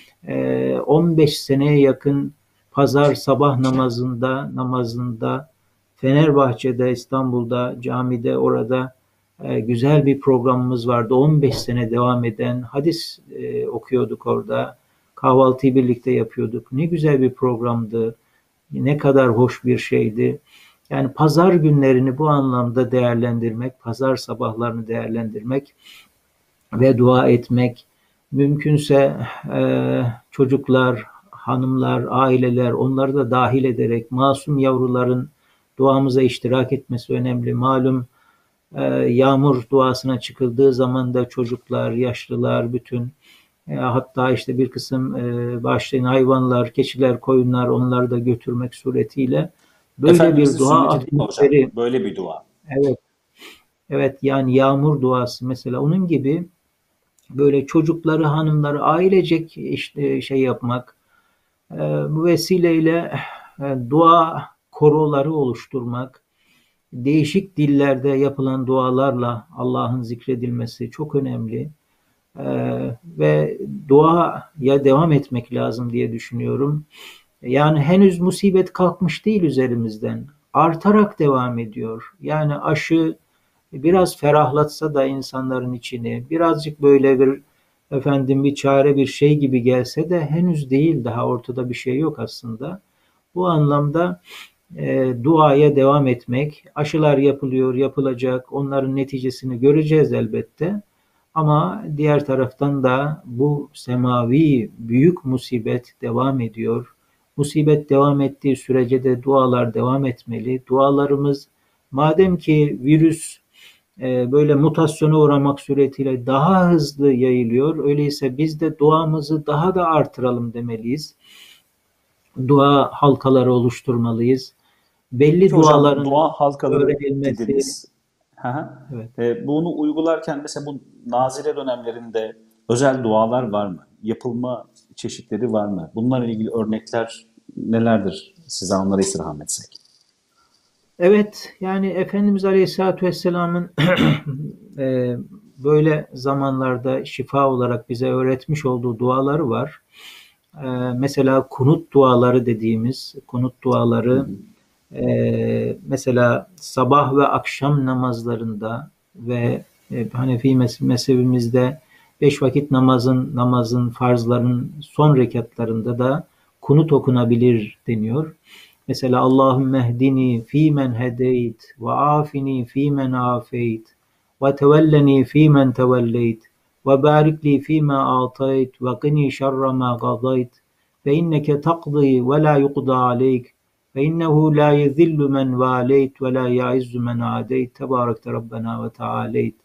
e, on beş seneye yakın pazar sabah namazında namazında Fenerbahçe'de, İstanbul'da, camide, orada e, güzel bir programımız vardı. on beş sene devam eden hadis e, okuyorduk orada. Kahvaltıyı birlikte yapıyorduk. Ne güzel bir programdı. Ne kadar hoş bir şeydi. Yani pazar günlerini bu anlamda değerlendirmek, pazar sabahlarını değerlendirmek ve dua etmek, mümkünse e, çocuklar, hanımlar, aileler, onları da dahil ederek masum yavruların duamıza iştirak etmesi önemli. Malum e, yağmur duasına çıkıldığı zaman da çocuklar, yaşlılar, bütün e, hatta işte bir kısım e, başlayan hayvanlar, keçiler, koyunlar, onları da götürmek suretiyle böyle bir Efendimizin dua sünneti değil mi hocam? atmosferi. Böyle bir dua. Evet, evet, yani yağmur duası mesela, onun gibi böyle çocukları, hanımları ailecek işte şey yapmak, e, bu vesileyle e, dua koroları oluşturmak, değişik dillerde yapılan dualarla Allah'ın zikredilmesi çok önemli. E, ve duaya devam etmek lazım diye düşünüyorum. Yani henüz musibet kalkmış değil üzerimizden. Artarak devam ediyor. Yani aşı biraz ferahlatsa da insanların içini, birazcık böyle bir efendim bir çare, bir şey gibi gelse de henüz değil, daha ortada bir şey yok aslında. Bu anlamda e, duaya devam etmek, aşılar yapılıyor, yapılacak, onların neticesini göreceğiz elbette. Ama diğer taraftan da bu semavi büyük musibet devam ediyor. Musibet devam ettiği sürece de dualar devam etmeli. Dualarımız, madem ki virüs e, böyle mutasyona uğramak suretiyle daha hızlı yayılıyor, öyleyse biz de duamızı daha da artıralım demeliyiz. Dua halkaları oluşturmalıyız. Belli Peki hocam, duaların dua halkaları öğrenilmesi. dediniz. Hı hı. Evet. E, bunu uygularken mesela bu nazile dönemlerinde özel dualar var mı? Yapılma çeşitleri var mı? Bunlarla ilgili örnekler nelerdir? Size onları istirham etsek. Evet, yani Efendimiz Aleyhisselatü Vesselam'ın e, böyle zamanlarda şifa olarak bize öğretmiş olduğu duaları var. E, mesela kunut duaları dediğimiz kunut Hı duaları, hı. e, mesela sabah ve akşam namazlarında ve e, Hanefi mezhebimizde beş vakit namazın namazın farzların son rekatlarında da kunut okunabilir deniyor. Mesela Allahümme ehdini fîmen hedeyt ve afini fîmen afeyt ve tevelleni fîmen tevelleyt ve barik li fîme a'tayt ve qini şerre ma qadayt ve inneke takdi ve la yuqda aleyk ve innehu la yezillu men valeyt ve la yaizzu men adeyt tebarekte Rabbena ve Tealeyt.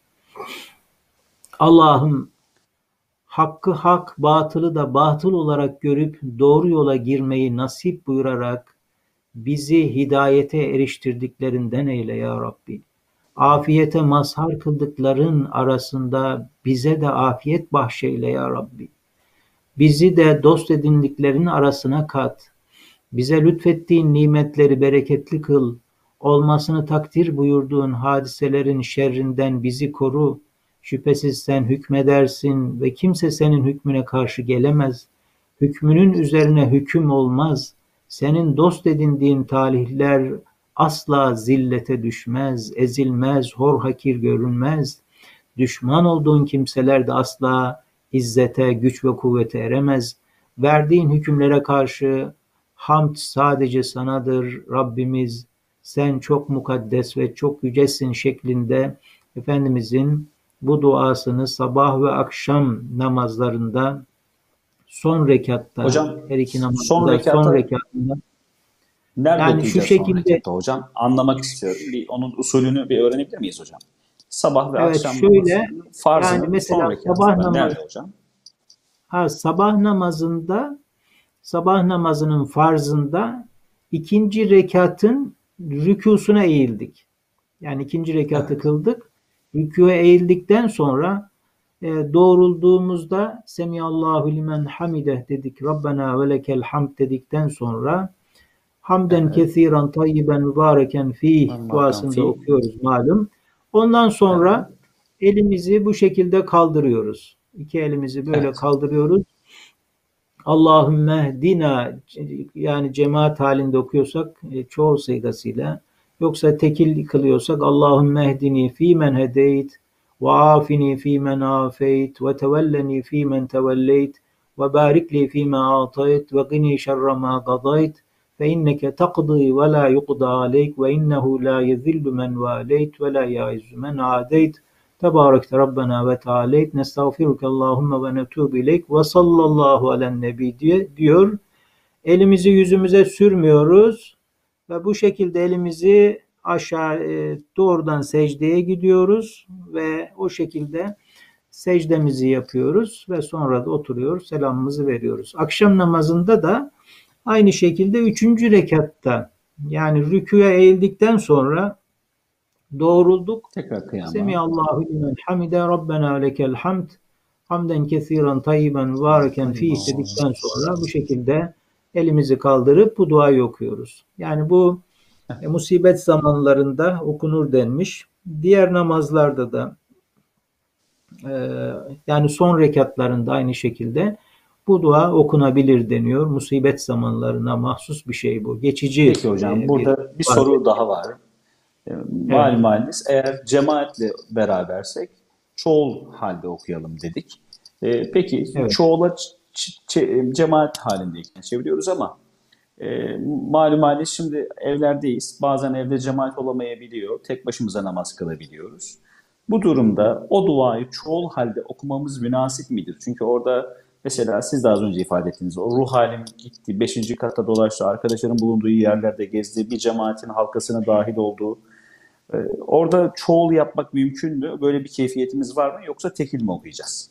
Allah'ım, hakkı hak, batılı da batıl olarak görüp doğru yola girmeyi nasip buyurarak bizi hidayete eriştirdiklerinden eyle ya Rabbi. Afiyete mazhar kıldıkların arasında bize de afiyet bahşeyle ya Rabbi. Bizi de dost edindiklerinin arasına kat. Bize lütfettiğin nimetleri bereketli kıl. Olmasını takdir buyurduğun hadiselerin şerrinden bizi koru. Şüphesiz sen hükmedersin ve kimse senin hükmüne karşı gelemez. Hükmünün üzerine hüküm olmaz. Senin dost edindiğin talihler asla zillete düşmez, ezilmez, hor hakir görünmez. Düşman olduğun kimseler de asla izzete, güç ve kuvvete eremez. Verdiğin hükümlere karşı hamd sadece sanadır Rabbimiz. Sen çok mukaddes ve çok yücesin şeklinde Efendimizin bu duasını sabah ve akşam namazlarında son rekatta, Hocam, her iki son namazda son rekata rekatında Nerede Yani şu okuyacağız son şekilde, rekatta hocam? Anlamak istiyorum. Bir, onun usulünü bir öğrenebilir miyiz hocam? Sabah ve evet akşam şöyle, namazının yani farzının son mesela sabah rekatında. namaz, Nerede hocam? ha, sabah namazında, sabah namazının farzında ikinci rekatın rükûsuna eğildik. Yani ikinci rekatı Evet. kıldık. Rükûya eğildikten sonra e, doğrulduğumuzda Semiallahu limen hamideh dedik. Rabbena ve lekel hamd dedikten sonra hamden Evet. kesiren tayyiben mübareken fih Makan duasını da fi. okuyoruz malum. Ondan sonra Evet. elimizi bu şekilde kaldırıyoruz. İki elimizi böyle Evet. kaldırıyoruz. Allahümme dina, yani cemaat halinde okuyorsak e, çoğul sayıgasıyla, yoksa tekil kılıyorsak Allahümme ehdini fîmen hedeyt ve afini fîmen afeyt ve tevelleni fîmen tevelleyt ve barikli fîme atayt ve gini şerre ma gadayt fe inneke takdi ve la yuqda aleyk ve innehu la yezillu men valeyt ve la yaizzu men adeyt. Tebarekte Rabbena ve Teala'yt, nestağfiruke Allahümme ve netûbü ileyk ve sallallahu alen nebi diye diyor. Elimizi yüzümüze sürmüyoruz ve bu şekilde elimizi aşağı e, doğrudan secdeye gidiyoruz ve o şekilde secdemizi yapıyoruz ve sonra da oturuyoruz, selamımızı veriyoruz. Akşam namazında da aynı şekilde üçüncü rekatta, yani rükûya eğildikten sonra doğrulduk. Tekrar kıyama. Semiallahu limen hamide Rabbena lekel hamd hamden kesiren tayyiben mübareken fih dedikten sonra bu şekilde elimizi kaldırıp bu duayı okuyoruz. Yani bu e, musibet zamanlarında okunur denmiş. Diğer namazlarda da e, yani son rekatlarında aynı şekilde bu dua okunabilir deniyor. Musibet zamanlarına mahsus bir şey bu. Geçici Peki hocam, e, bir burada bir dua. soru daha var. E, Evet. Malum haliniz, eğer cemaatle berabersek çoğul halde okuyalım dedik. E, peki Evet. çoğula ç- ç- cemaat halindeyken çeviriyoruz ama e, malum haliniz, şimdi evlerdeyiz. Bazen evde cemaat olamayabiliyor. Tek başımıza namaz kılabiliyoruz. Bu durumda o duayı çoğul halde okumamız münasip midir? Çünkü orada mesela siz de az önce ifade ettiniz. O ruh halim gitti, beşinci katta dolaştı, arkadaşların bulunduğu yerlerde gezdi, bir cemaatin halkasına dahil oldu. Ee, orada çoğul yapmak mümkün mü? Böyle bir keyfiyetimiz var mı? Yoksa tekil mi okuyacağız?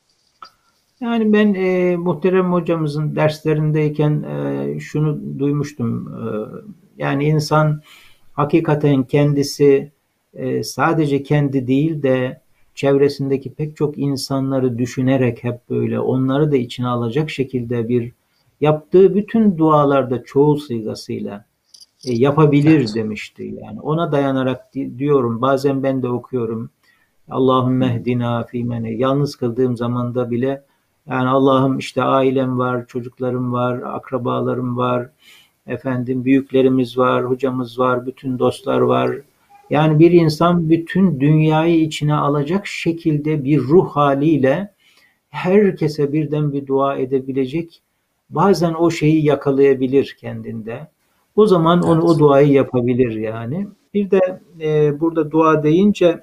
Yani ben e, muhterem hocamızın derslerindeyken e, şunu duymuştum. E, yani insan hakikaten kendisi e, sadece kendi değil de çevresindeki pek çok insanları düşünerek hep böyle onları da içine alacak şekilde bir yaptığı bütün dualarda çoğul sigasıyla e, yapabilir Evet. demişti. Yani ona dayanarak di- diyorum. Bazen ben de okuyorum. Allahümme ehdina fîmene. Yalnız kıldığım zamanda bile yani Allah'ım işte ailem var, çocuklarım var, akrabalarım var, efendim büyüklerimiz var, hocamız var, bütün dostlar var. Yani bir insan bütün dünyayı içine alacak şekilde bir ruh haliyle herkese birden bir dua edebilecek, bazen o şeyi yakalayabilir kendinde. O zaman onu o Evet. duayı yapabilir yani. Bir de e, burada dua deyince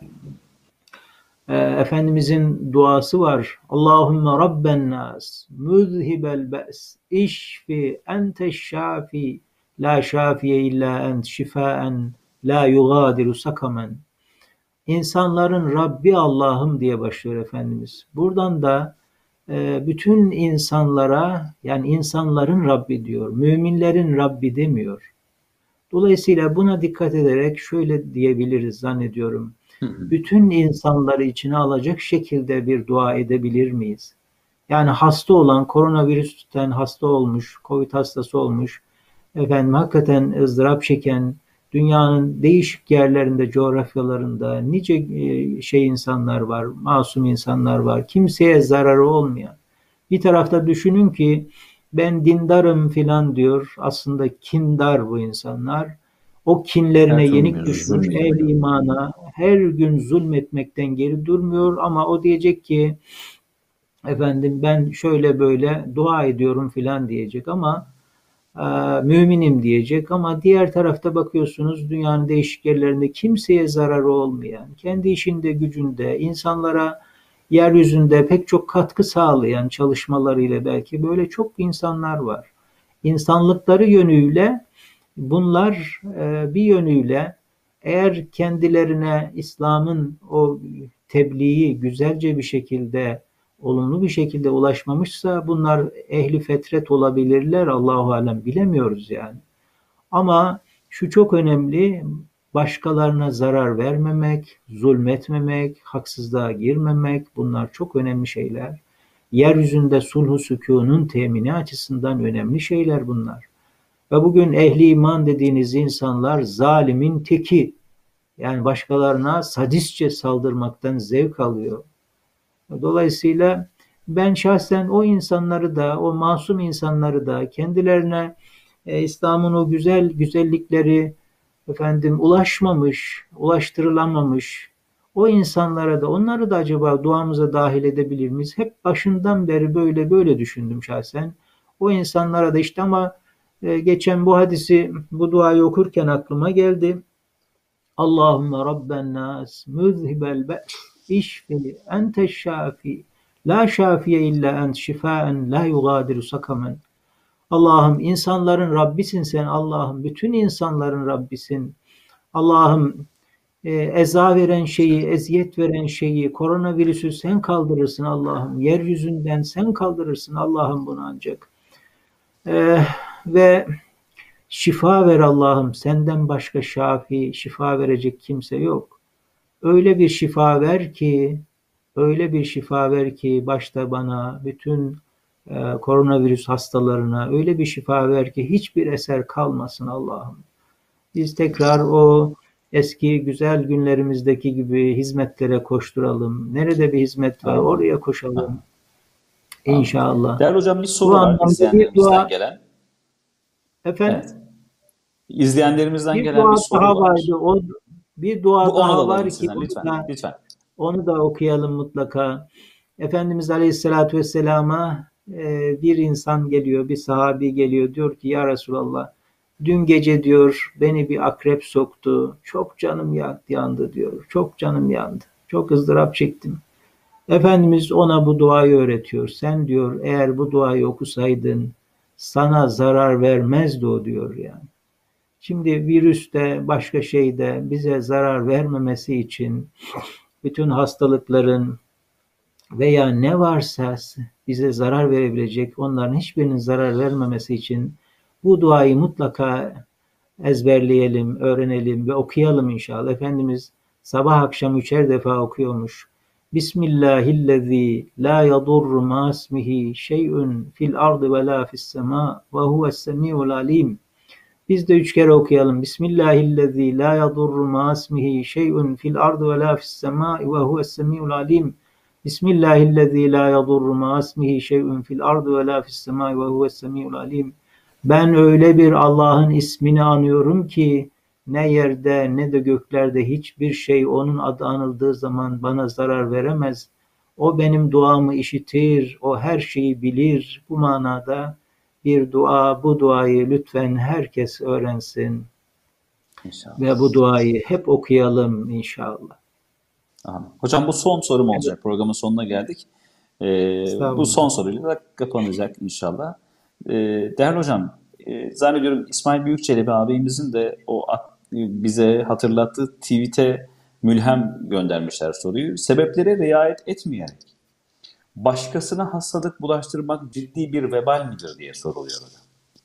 e, Efendimizin duası var. Allahümme Rabben nas, müzhibel be's, işfi, enteş şafi, la şafiye illa ent, şifaen, la yugadiru sakamen. İnsanların Rabbi Allah'ım diye başlıyor Efendimiz. Buradan da e, bütün insanlara, yani insanların Rabbi diyor, müminlerin Rabbi demiyor. Dolayısıyla buna dikkat ederek şöyle diyebiliriz zannediyorum. Hı hı. Bütün insanları içine alacak şekilde bir dua edebilir miyiz? Yani hasta olan, koronavirüsten hasta olmuş, Covid hastası olmuş, efendim hakikaten ızdırap çeken, dünyanın değişik yerlerinde, coğrafyalarında nice e, şey insanlar var, masum insanlar var, kimseye zararı olmayan. Bir tarafta düşünün ki ben dindarım filan diyor, aslında kindar bu insanlar. O kinlerine Her yenik türlü düşmüş, zulmü ehli yapıyor. imana her gün zulmetmekten geri durmuyor ama o diyecek ki efendim ben şöyle böyle dua ediyorum filan diyecek ama e, müminim diyecek ama diğer tarafta bakıyorsunuz dünyanın değişik yerlerinde kimseye zararı olmayan, kendi işinde gücünde, insanlara yeryüzünde pek çok katkı sağlayan çalışmalarıyla belki böyle çok insanlar var. İnsanlıkları yönüyle Bunlar e, bir yönüyle eğer kendilerine İslam'ın o tebliği güzelce bir şekilde, olumlu bir şekilde ulaşmamışsa bunlar ehli fetret olabilirler. Allahu alem bilemiyoruz yani. Ama şu çok önemli, başkalarına zarar vermemek, zulmetmemek, haksızlığa girmemek, bunlar çok önemli şeyler. Yeryüzünde sulhu sükunun temini açısından önemli şeyler bunlar. Ve bugün ehli iman dediğiniz insanlar zalimin teki. Yani başkalarına sadistçe saldırmaktan zevk alıyor. Dolayısıyla ben şahsen o insanları da, o masum insanları da kendilerine e, İslam'ın o güzel güzellikleri efendim ulaşmamış, ulaştırılamamış o insanlara da onları da acaba duamıza dahil edebilir miyiz? Hep başından beri böyle böyle düşündüm şahsen. O insanlara da işte ama e, geçen bu hadisi, bu duayı okurken aklıma geldi. Allahümme Rabben nas, müzhibel be's, işfi, ente şafi, la şafiye illa ent, şifaen, la yugadiru sakamen. Allah'ım insanların Rabbisin sen, Allah'ım bütün insanların Rabbisin. Allah'ım e, eza veren şeyi, eziyet veren şeyi, koronavirüsü sen kaldırırsın Allah'ım. Yeryüzünden sen kaldırırsın Allah'ım bunu ancak. E, ve şifa ver Allah'ım. Senden başka şafi, şifa verecek kimse yok. Öyle bir şifa ver ki, öyle bir şifa ver ki başta bana, bütün e, koronavirüs hastalarına öyle bir şifa ver ki hiçbir eser kalmasın Allah'ım. Biz tekrar o eski güzel günlerimizdeki gibi hizmetlere koşturalım. Nerede bir hizmet var Amin. oraya koşalım Amin. Amin. inşallah. Değerli hocam, bir Bu soru var anlamda bir izleyenlerimizden dua, gelen. efendim, Evet. İzleyenlerimizden bir gelen bir dua soru daha var. vardı. O bir Bu dua onu da daha alalım var ki sizden onu lütfen. da Lütfen. onu da okuyalım mutlaka. Efendimiz Aleyhisselatü Vesselam'a e, bir insan geliyor, bir sahabi geliyor. Diyor ki ya Resulallah, dün gece diyor beni bir akrep soktu. Çok canım yandı diyor. Çok canım yandı. Çok ızdırap çektim. Efendimiz ona bu duayı öğretiyor. Sen diyor eğer bu duayı okusaydın sana zarar vermezdi o diyor yani. Şimdi virüste başka şeyde bize zarar vermemesi için bütün hastalıkların veya ne varsa bize zarar verebilecek onların hiçbirinin zarar vermemesi için bu duayı mutlaka ezberleyelim, öğrenelim ve okuyalım inşallah. Efendimiz sabah akşam üçer defa okuyormuş. Bismillahillezî la yadurru ma'asmihi şey'un fil ardı ve la fis semâ ve huves semî'ul alîm. Biz de üç kere okuyalım. Bismillahillezî la yadurru ma'asmihi şey'un fil ardı ve la fis semâ ve huves semî'ul alîm. Bismillahillezî la yadurru ma'asmihi şey'un fil ardı ve la fis semâ ve huves semî'ul alîm. Ben öyle bir Allah'ın ismini anıyorum ki ne yerde ne de göklerde hiçbir şey onun adı anıldığı zaman bana zarar veremez. O benim duamı işitir, o her şeyi bilir. Bu manada bir dua, bu duayı lütfen herkes öğrensin İnşallah. ve bu duayı hep okuyalım inşallah. Amin. Hocam bu son sorum olacak. Evet. Programın sonuna geldik. Ee, bu son soruyla da kapanacak inşallah. Ee, değerli hocam, e, zannediyorum İsmail Büyükçelebi ağabeyimizin de o bize hatırlattığı tweet'e mülhem göndermişler soruyu. Sebeplere riayet etmeyerek başkasına hastalık bulaştırmak ciddi bir vebal midir diye soruluyor hocam.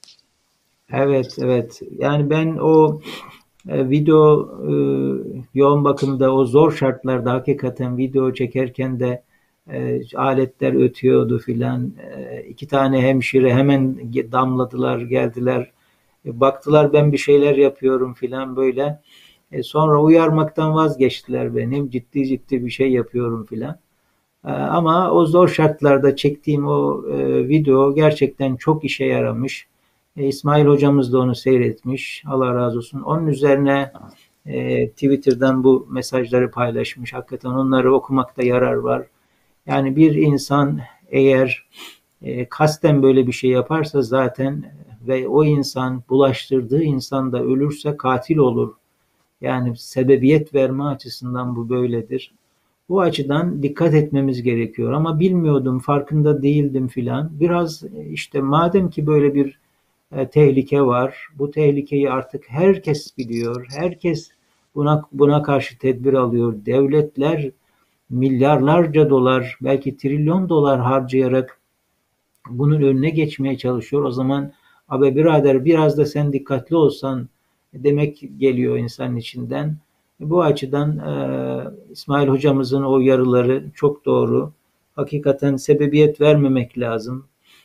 Evet, evet. Yani ben o e, video e, yoğun bakımda o zor şartlarda hakikaten video çekerken de e, aletler ötüyordu filan. E, iki tane hemşire hemen damladılar, geldiler. E, baktılar ben bir şeyler yapıyorum filan böyle. E, sonra uyarmaktan vazgeçtiler benim. Ciddi ciddi bir şey yapıyorum filan. E, ama o zor şartlarda çektiğim o e, video gerçekten çok işe yaramış. E, İsmail hocamız da onu seyretmiş. Allah razı olsun. Onun üzerine e, Twitter'dan bu mesajları paylaşmış. Hakikaten onları okumakta yarar var. Yani bir insan eğer e, kasten böyle bir şey yaparsa zaten ve o insan bulaştırdığı insan da ölürse katil olur. Yani sebebiyet verme açısından bu böyledir. Bu açıdan dikkat etmemiz gerekiyor. Ama bilmiyordum, farkında değildim filan. Biraz işte madem ki böyle bir e, tehlike var. Bu tehlikeyi artık herkes biliyor. Herkes buna buna karşı tedbir alıyor. Devletler milyarlarca dolar, belki trilyon dolar harcayarak bunun önüne geçmeye çalışıyor. O zaman abi birader biraz da sen dikkatli olsan demek geliyor insanın içinden. Bu açıdan e, İsmail hocamızın o uyarıları çok doğru. Hakikaten sebebiyet vermemek lazım.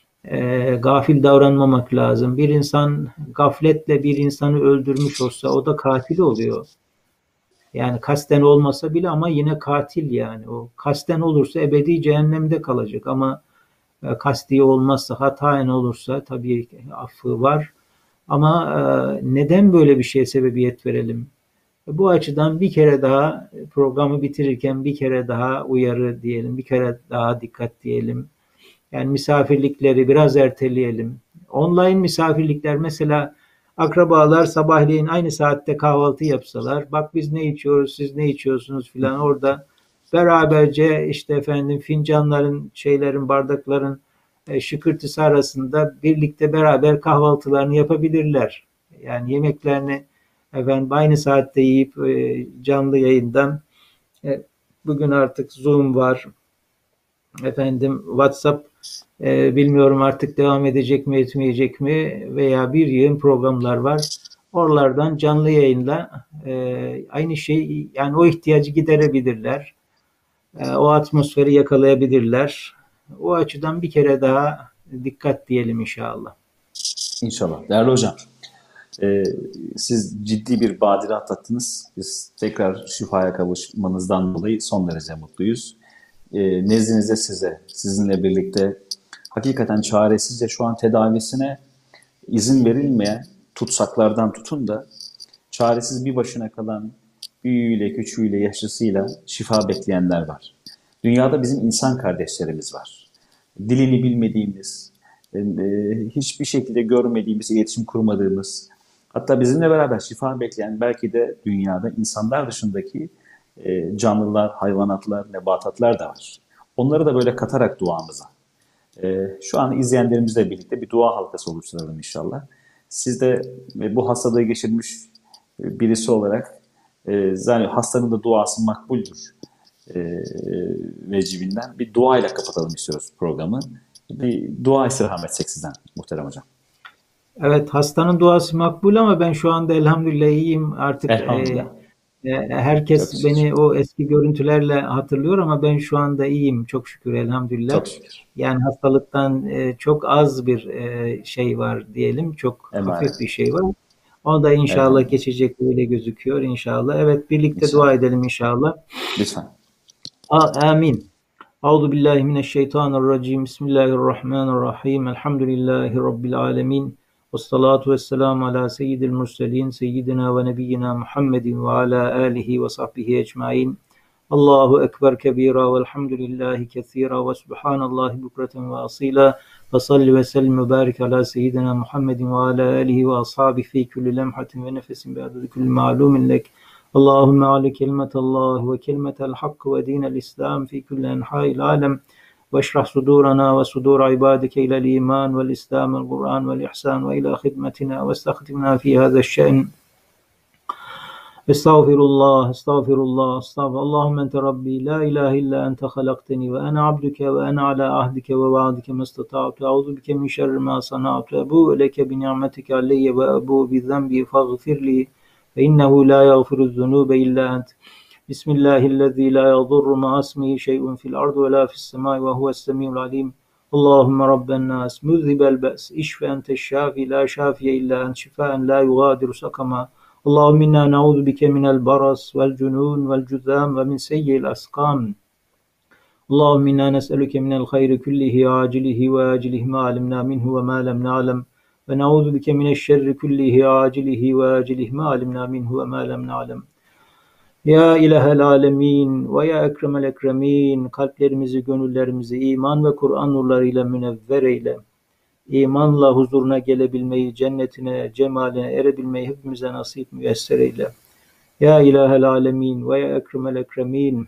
E, gafil davranmamak lazım. Bir insan gafletle bir insanı öldürmüş olsa o da katil oluyor. Yani kasten olmasa bile ama yine katil yani. O kasten olursa ebedi cehennemde kalacak ama e, kasti olmazsa, hataen olursa tabii affı var. Ama e, neden böyle bir şeye sebebiyet verelim? Bu açıdan bir kere daha programı bitirirken bir kere daha uyarı diyelim, bir kere daha dikkat diyelim. Yani misafirlikleri biraz erteleyelim. Online misafirlikler mesela akrabalar sabahleyin aynı saatte kahvaltı yapsalar, bak biz ne içiyoruz, siz ne içiyorsunuz filan orada beraberce işte efendim fincanların, şeylerin, bardakların e, şıkırtısı arasında birlikte beraber kahvaltılarını yapabilirler. Yani yemeklerini efendim aynı saatte yiyip e, canlı yayından e, bugün artık Zoom var, efendim WhatsApp e, bilmiyorum artık devam edecek mi etmeyecek mi veya bir yığın programlar var. Oralardan canlı yayınla e, aynı şey yani o ihtiyacı giderebilirler. E, o atmosferi yakalayabilirler. O açıdan bir kere daha dikkat diyelim inşallah. İnşallah. Değerli hocam, e, siz ciddi bir badire atlattınız. Biz tekrar şifaya kavuşmanızdan dolayı son derece mutluyuz. E, nezdinizde size, sizinle birlikte hakikaten çaresizce şu an tedavisine izin verilmeyen tutsaklardan tutun da çaresiz bir başına kalan büyüğüyle, küçüğüyle, yaşlısıyla şifa bekleyenler var. Dünyada bizim insan kardeşlerimiz var. Dilini bilmediğimiz, e, hiçbir şekilde görmediğimiz, iletişim kurmadığımız, hatta bizimle beraber şifa bekleyen belki de dünyada insanlar dışındaki e, canlılar, hayvanatlar, nebatatlar da var. Onları da böyle katarak duamıza. E, şu an izleyenlerimizle birlikte bir dua halkası oluşturalım inşallah. Siz de e, bu hastalığı geçirmiş e, birisi olarak e, yani hastanın da duası makbuldür e, vecibinden bir duayla kapatalım istiyoruz programı. Bir dua istirham etsek sizden muhterem hocam. Evet, hastanın duası makbul ama ben şu anda elhamdülillah iyiyim. Artık Elhamdülillah. e, e, herkes Çok şükür. beni o eski görüntülerle hatırlıyor ama ben şu anda iyiyim. Çok şükür elhamdülillah. Çok şükür. Yani hastalıktan e, çok az bir e, şey var diyelim. Çok Emanet. hafif bir şey var. O da inşallah Elhamdülillah. geçecek öyle gözüküyor inşallah. Evet birlikte İnşallah. dua edelim inşallah. Lütfen. A- Amin. Euzu billahi mineşşeytanirracim. Bismillahirrahmanirrahim. Elhamdülillahi rabbil alamin. Vessalatu vesselamu ala seyyidil murselin seyyidina ve nebiyyina Muhammedin ve ala alihi ve sahbihi ecmaîn. Allahu ekber kebira ve'lhamdülillahi kesira ve subhanallahi bukreten ve asila. Ve salli ve sellim ve barik ala seyyidina Muhammedin ve ala alihi ve ashabihi fi kulli lemhatin ve nefesin bi'adedi kulli ma'lumin lek. Allahümme ali kelimetallah ve kelimetel hakkı ve dinel İslam fi kulli enha'il alem ve şrah sudurana ve sudur ibadike ilel iman vel İslam vel Kur'an vel ihsan ve ila hidmetina ve estağfirna fi hâze'ş-şe'n. Estağfirullah, estağfirullah, estağfirullah. Allahümme ente Rabbi, la ilahe illa ente halakteni ve ene abduke ve ene ala ahdike ve vaadike mestata'tu. Euzu bike min şerri ma sana'tu. Ebu leke bi ni'metike aleyye ve ebu bi zenbi faghfirli. Ve innehu la yaghfiru'z zunube illa ent. Bismillahillezî la yadurru ma ismihi şey'un fil ardı ve la fis semâi ve huves-semî'ul alîm. Allahümme rabben nas muzhibel be's işfe enteş şafi la şafiye illa ent şifaen la yugadiru sakama. Allahümme inna na'udhu bike minel baras vel cunun vel cüzâm ve min seyyi'il asqam. Allahümme inna nes'eluke minel hayri kullihi acilihi ve acilihi ma alimna minhu ve ma lem na'lem. Ve na'udhu bike mineşşerri kullihi acilihi ve acilihi ma alimna minhu ve ma lem na'lem. Ya ilahel alemin ve ya ekremel ekremin, kalplerimizi, gönüllerimizi iman ve Kur'an nurlarıyla münevver eyle. İmanla huzuruna gelebilmeyi, cennetine, cemaline erebilmeyi hepimize nasip müyesser eyle. Ya ilahel alemin ve ya ekremel ekremin,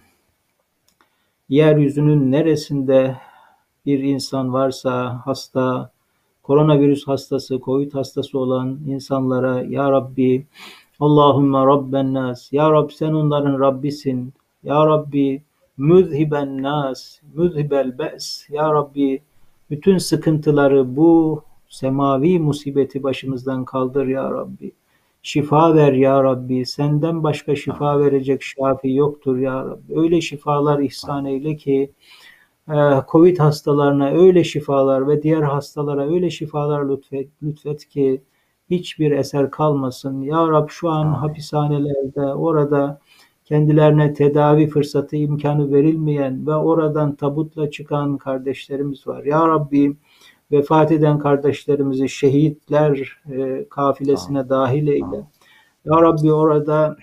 yeryüzünün neresinde bir insan varsa hasta, koronavirüs hastası, Covid hastası olan insanlara ya Rabbi, Allahümme Rabben nas, ya Rabbi sen onların Rabbisin, ya Rabbi müzhiben nas, müzhibel be's, ya Rabbi bütün sıkıntıları, bu semavi musibeti başımızdan kaldır ya Rabbi. Şifa ver ya Rabbi. Senden başka şifa verecek şafi yoktur ya Rabbi. Öyle şifalar ihsan eyle ki Covid hastalarına öyle şifalar ve diğer hastalara öyle şifalar lütfet, lütfet ki hiçbir eser kalmasın. Ya Rab şu an hapishanelerde, orada kendilerine tedavi fırsatı, imkanı verilmeyen ve oradan tabutla çıkan kardeşlerimiz var. Ya Rabbi vefat eden kardeşlerimizi şehitler e, kafilesine dahil eyle. Ya Rabbi orada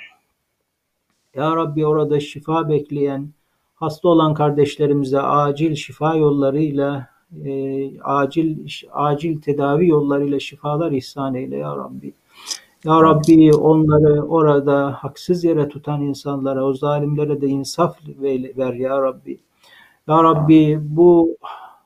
Ya Rabbi orada şifa bekleyen, hasta olan kardeşlerimize acil şifa yollarıyla, e, acil acil tedavi yollarıyla şifalar ihsan eyle ya Rabbi. Ya Rabbi onları orada haksız yere tutan insanlara, o zalimlere de insaf ver ya Rabbi. Ya Rabbi bu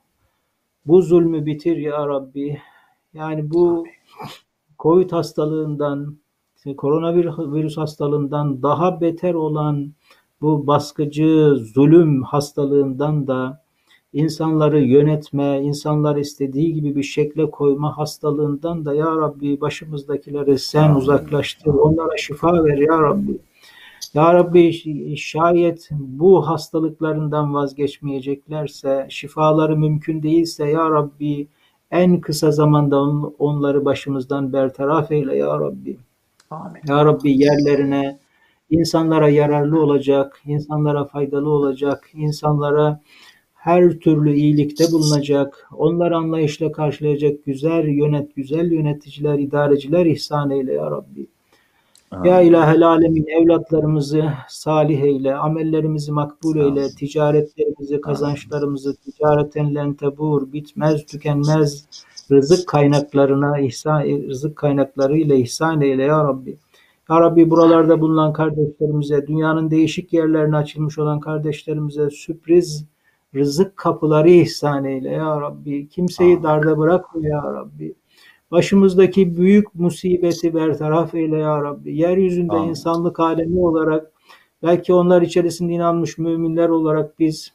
bu zulmü bitir ya Rabbi. Yani bu Covid hastalığından, koronavirüs hastalığından daha beter olan bu baskıcı zulüm hastalığından da insanları yönetme, insanlar istediği gibi bir şekle koyma hastalığından da ya Rabbi başımızdakileri sen uzaklaştır. Onlara şifa ver ya Rabbi. Ya Rabbi şayet bu hastalıklarından vazgeçmeyeceklerse, şifaları mümkün değilse ya Rabbi en kısa zamanda on, onları başımızdan bertaraf eyle ya Rabbi. Amin. Ya Rabbi yerlerine insanlara yararlı olacak, insanlara faydalı olacak, insanlara her türlü iyilikte bulunacak, onları anlayışla karşılayacak güzel yönet, güzel yöneticiler, idareciler ihsan eyle ya Rabbi. Ya ilahel alemin evlatlarımızı salih eyle, amellerimizi makbul eyle, ticaretlerimizi, kazançlarımızı ticareten len tebur, bitmez, tükenmez rızık kaynaklarına ihsan, rızık kaynaklarıyla ihsan eyle ya Rabbi. Ya Rabbi buralarda bulunan kardeşlerimize, dünyanın değişik yerlerine açılmış olan kardeşlerimize sürpriz rızık kapıları ihsan eyle ya Rabbi. Kimseyi darda bırakma ya Rabbi. Başımızdaki büyük musibeti bertaraf eyle ya Rabbi. Yeryüzünde Amin. insanlık alemi olarak, belki onlar içerisinde inanmış müminler olarak biz,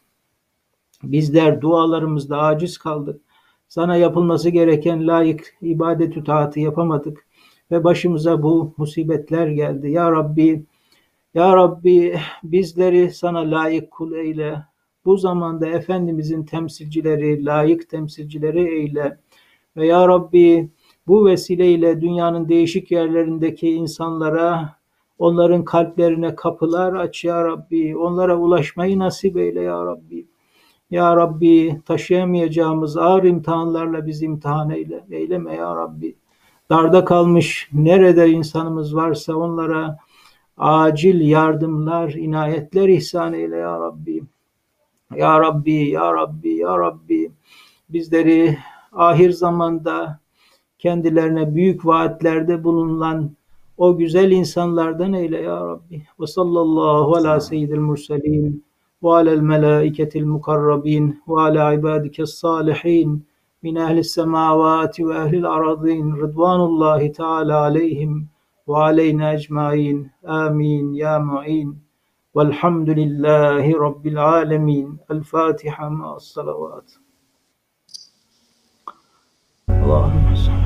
bizler dualarımızda aciz kaldık. Sana yapılması gereken layık ibadet-ü taatı yapamadık. Ve başımıza bu musibetler geldi. Ya Rabbi, Ya Rabbi bizleri sana layık kul eyle. Bu zamanda Efendimizin temsilcileri, layık temsilcileri eyle. Ve Ya Rabbi bu vesileyle dünyanın değişik yerlerindeki insanlara, onların kalplerine kapılar aç ya Rabbi. Onlara ulaşmayı nasip eyle ya Rabbi. Ya Rabbi taşıyamayacağımız ağır imtihanlarla bizi imtihan eyle. Eyleme ya Rabbi. Darda kalmış nerede insanımız varsa onlara acil yardımlar, inayetler ihsan eyle ya Rabbi. Ya Rabbi, Ya Rabbi, Ya Rabbi bizleri ahir zamanda kendilerine büyük vaatlerde bulunan o güzel insanlardan eyle ya Rabbi. Ve sallallahu ala seyyidil murselin ve alel melaiketil mukarrabin ve ala ibadikes salihin min ehlis semavati ve ehlil aradin rıdvanullahi teala aleyhim ve aleyna ecmain. Amin ya mu'in. Velhamdülillahi Rabbil alemin. El Fatiha ma'as salavat. Allahümme salli.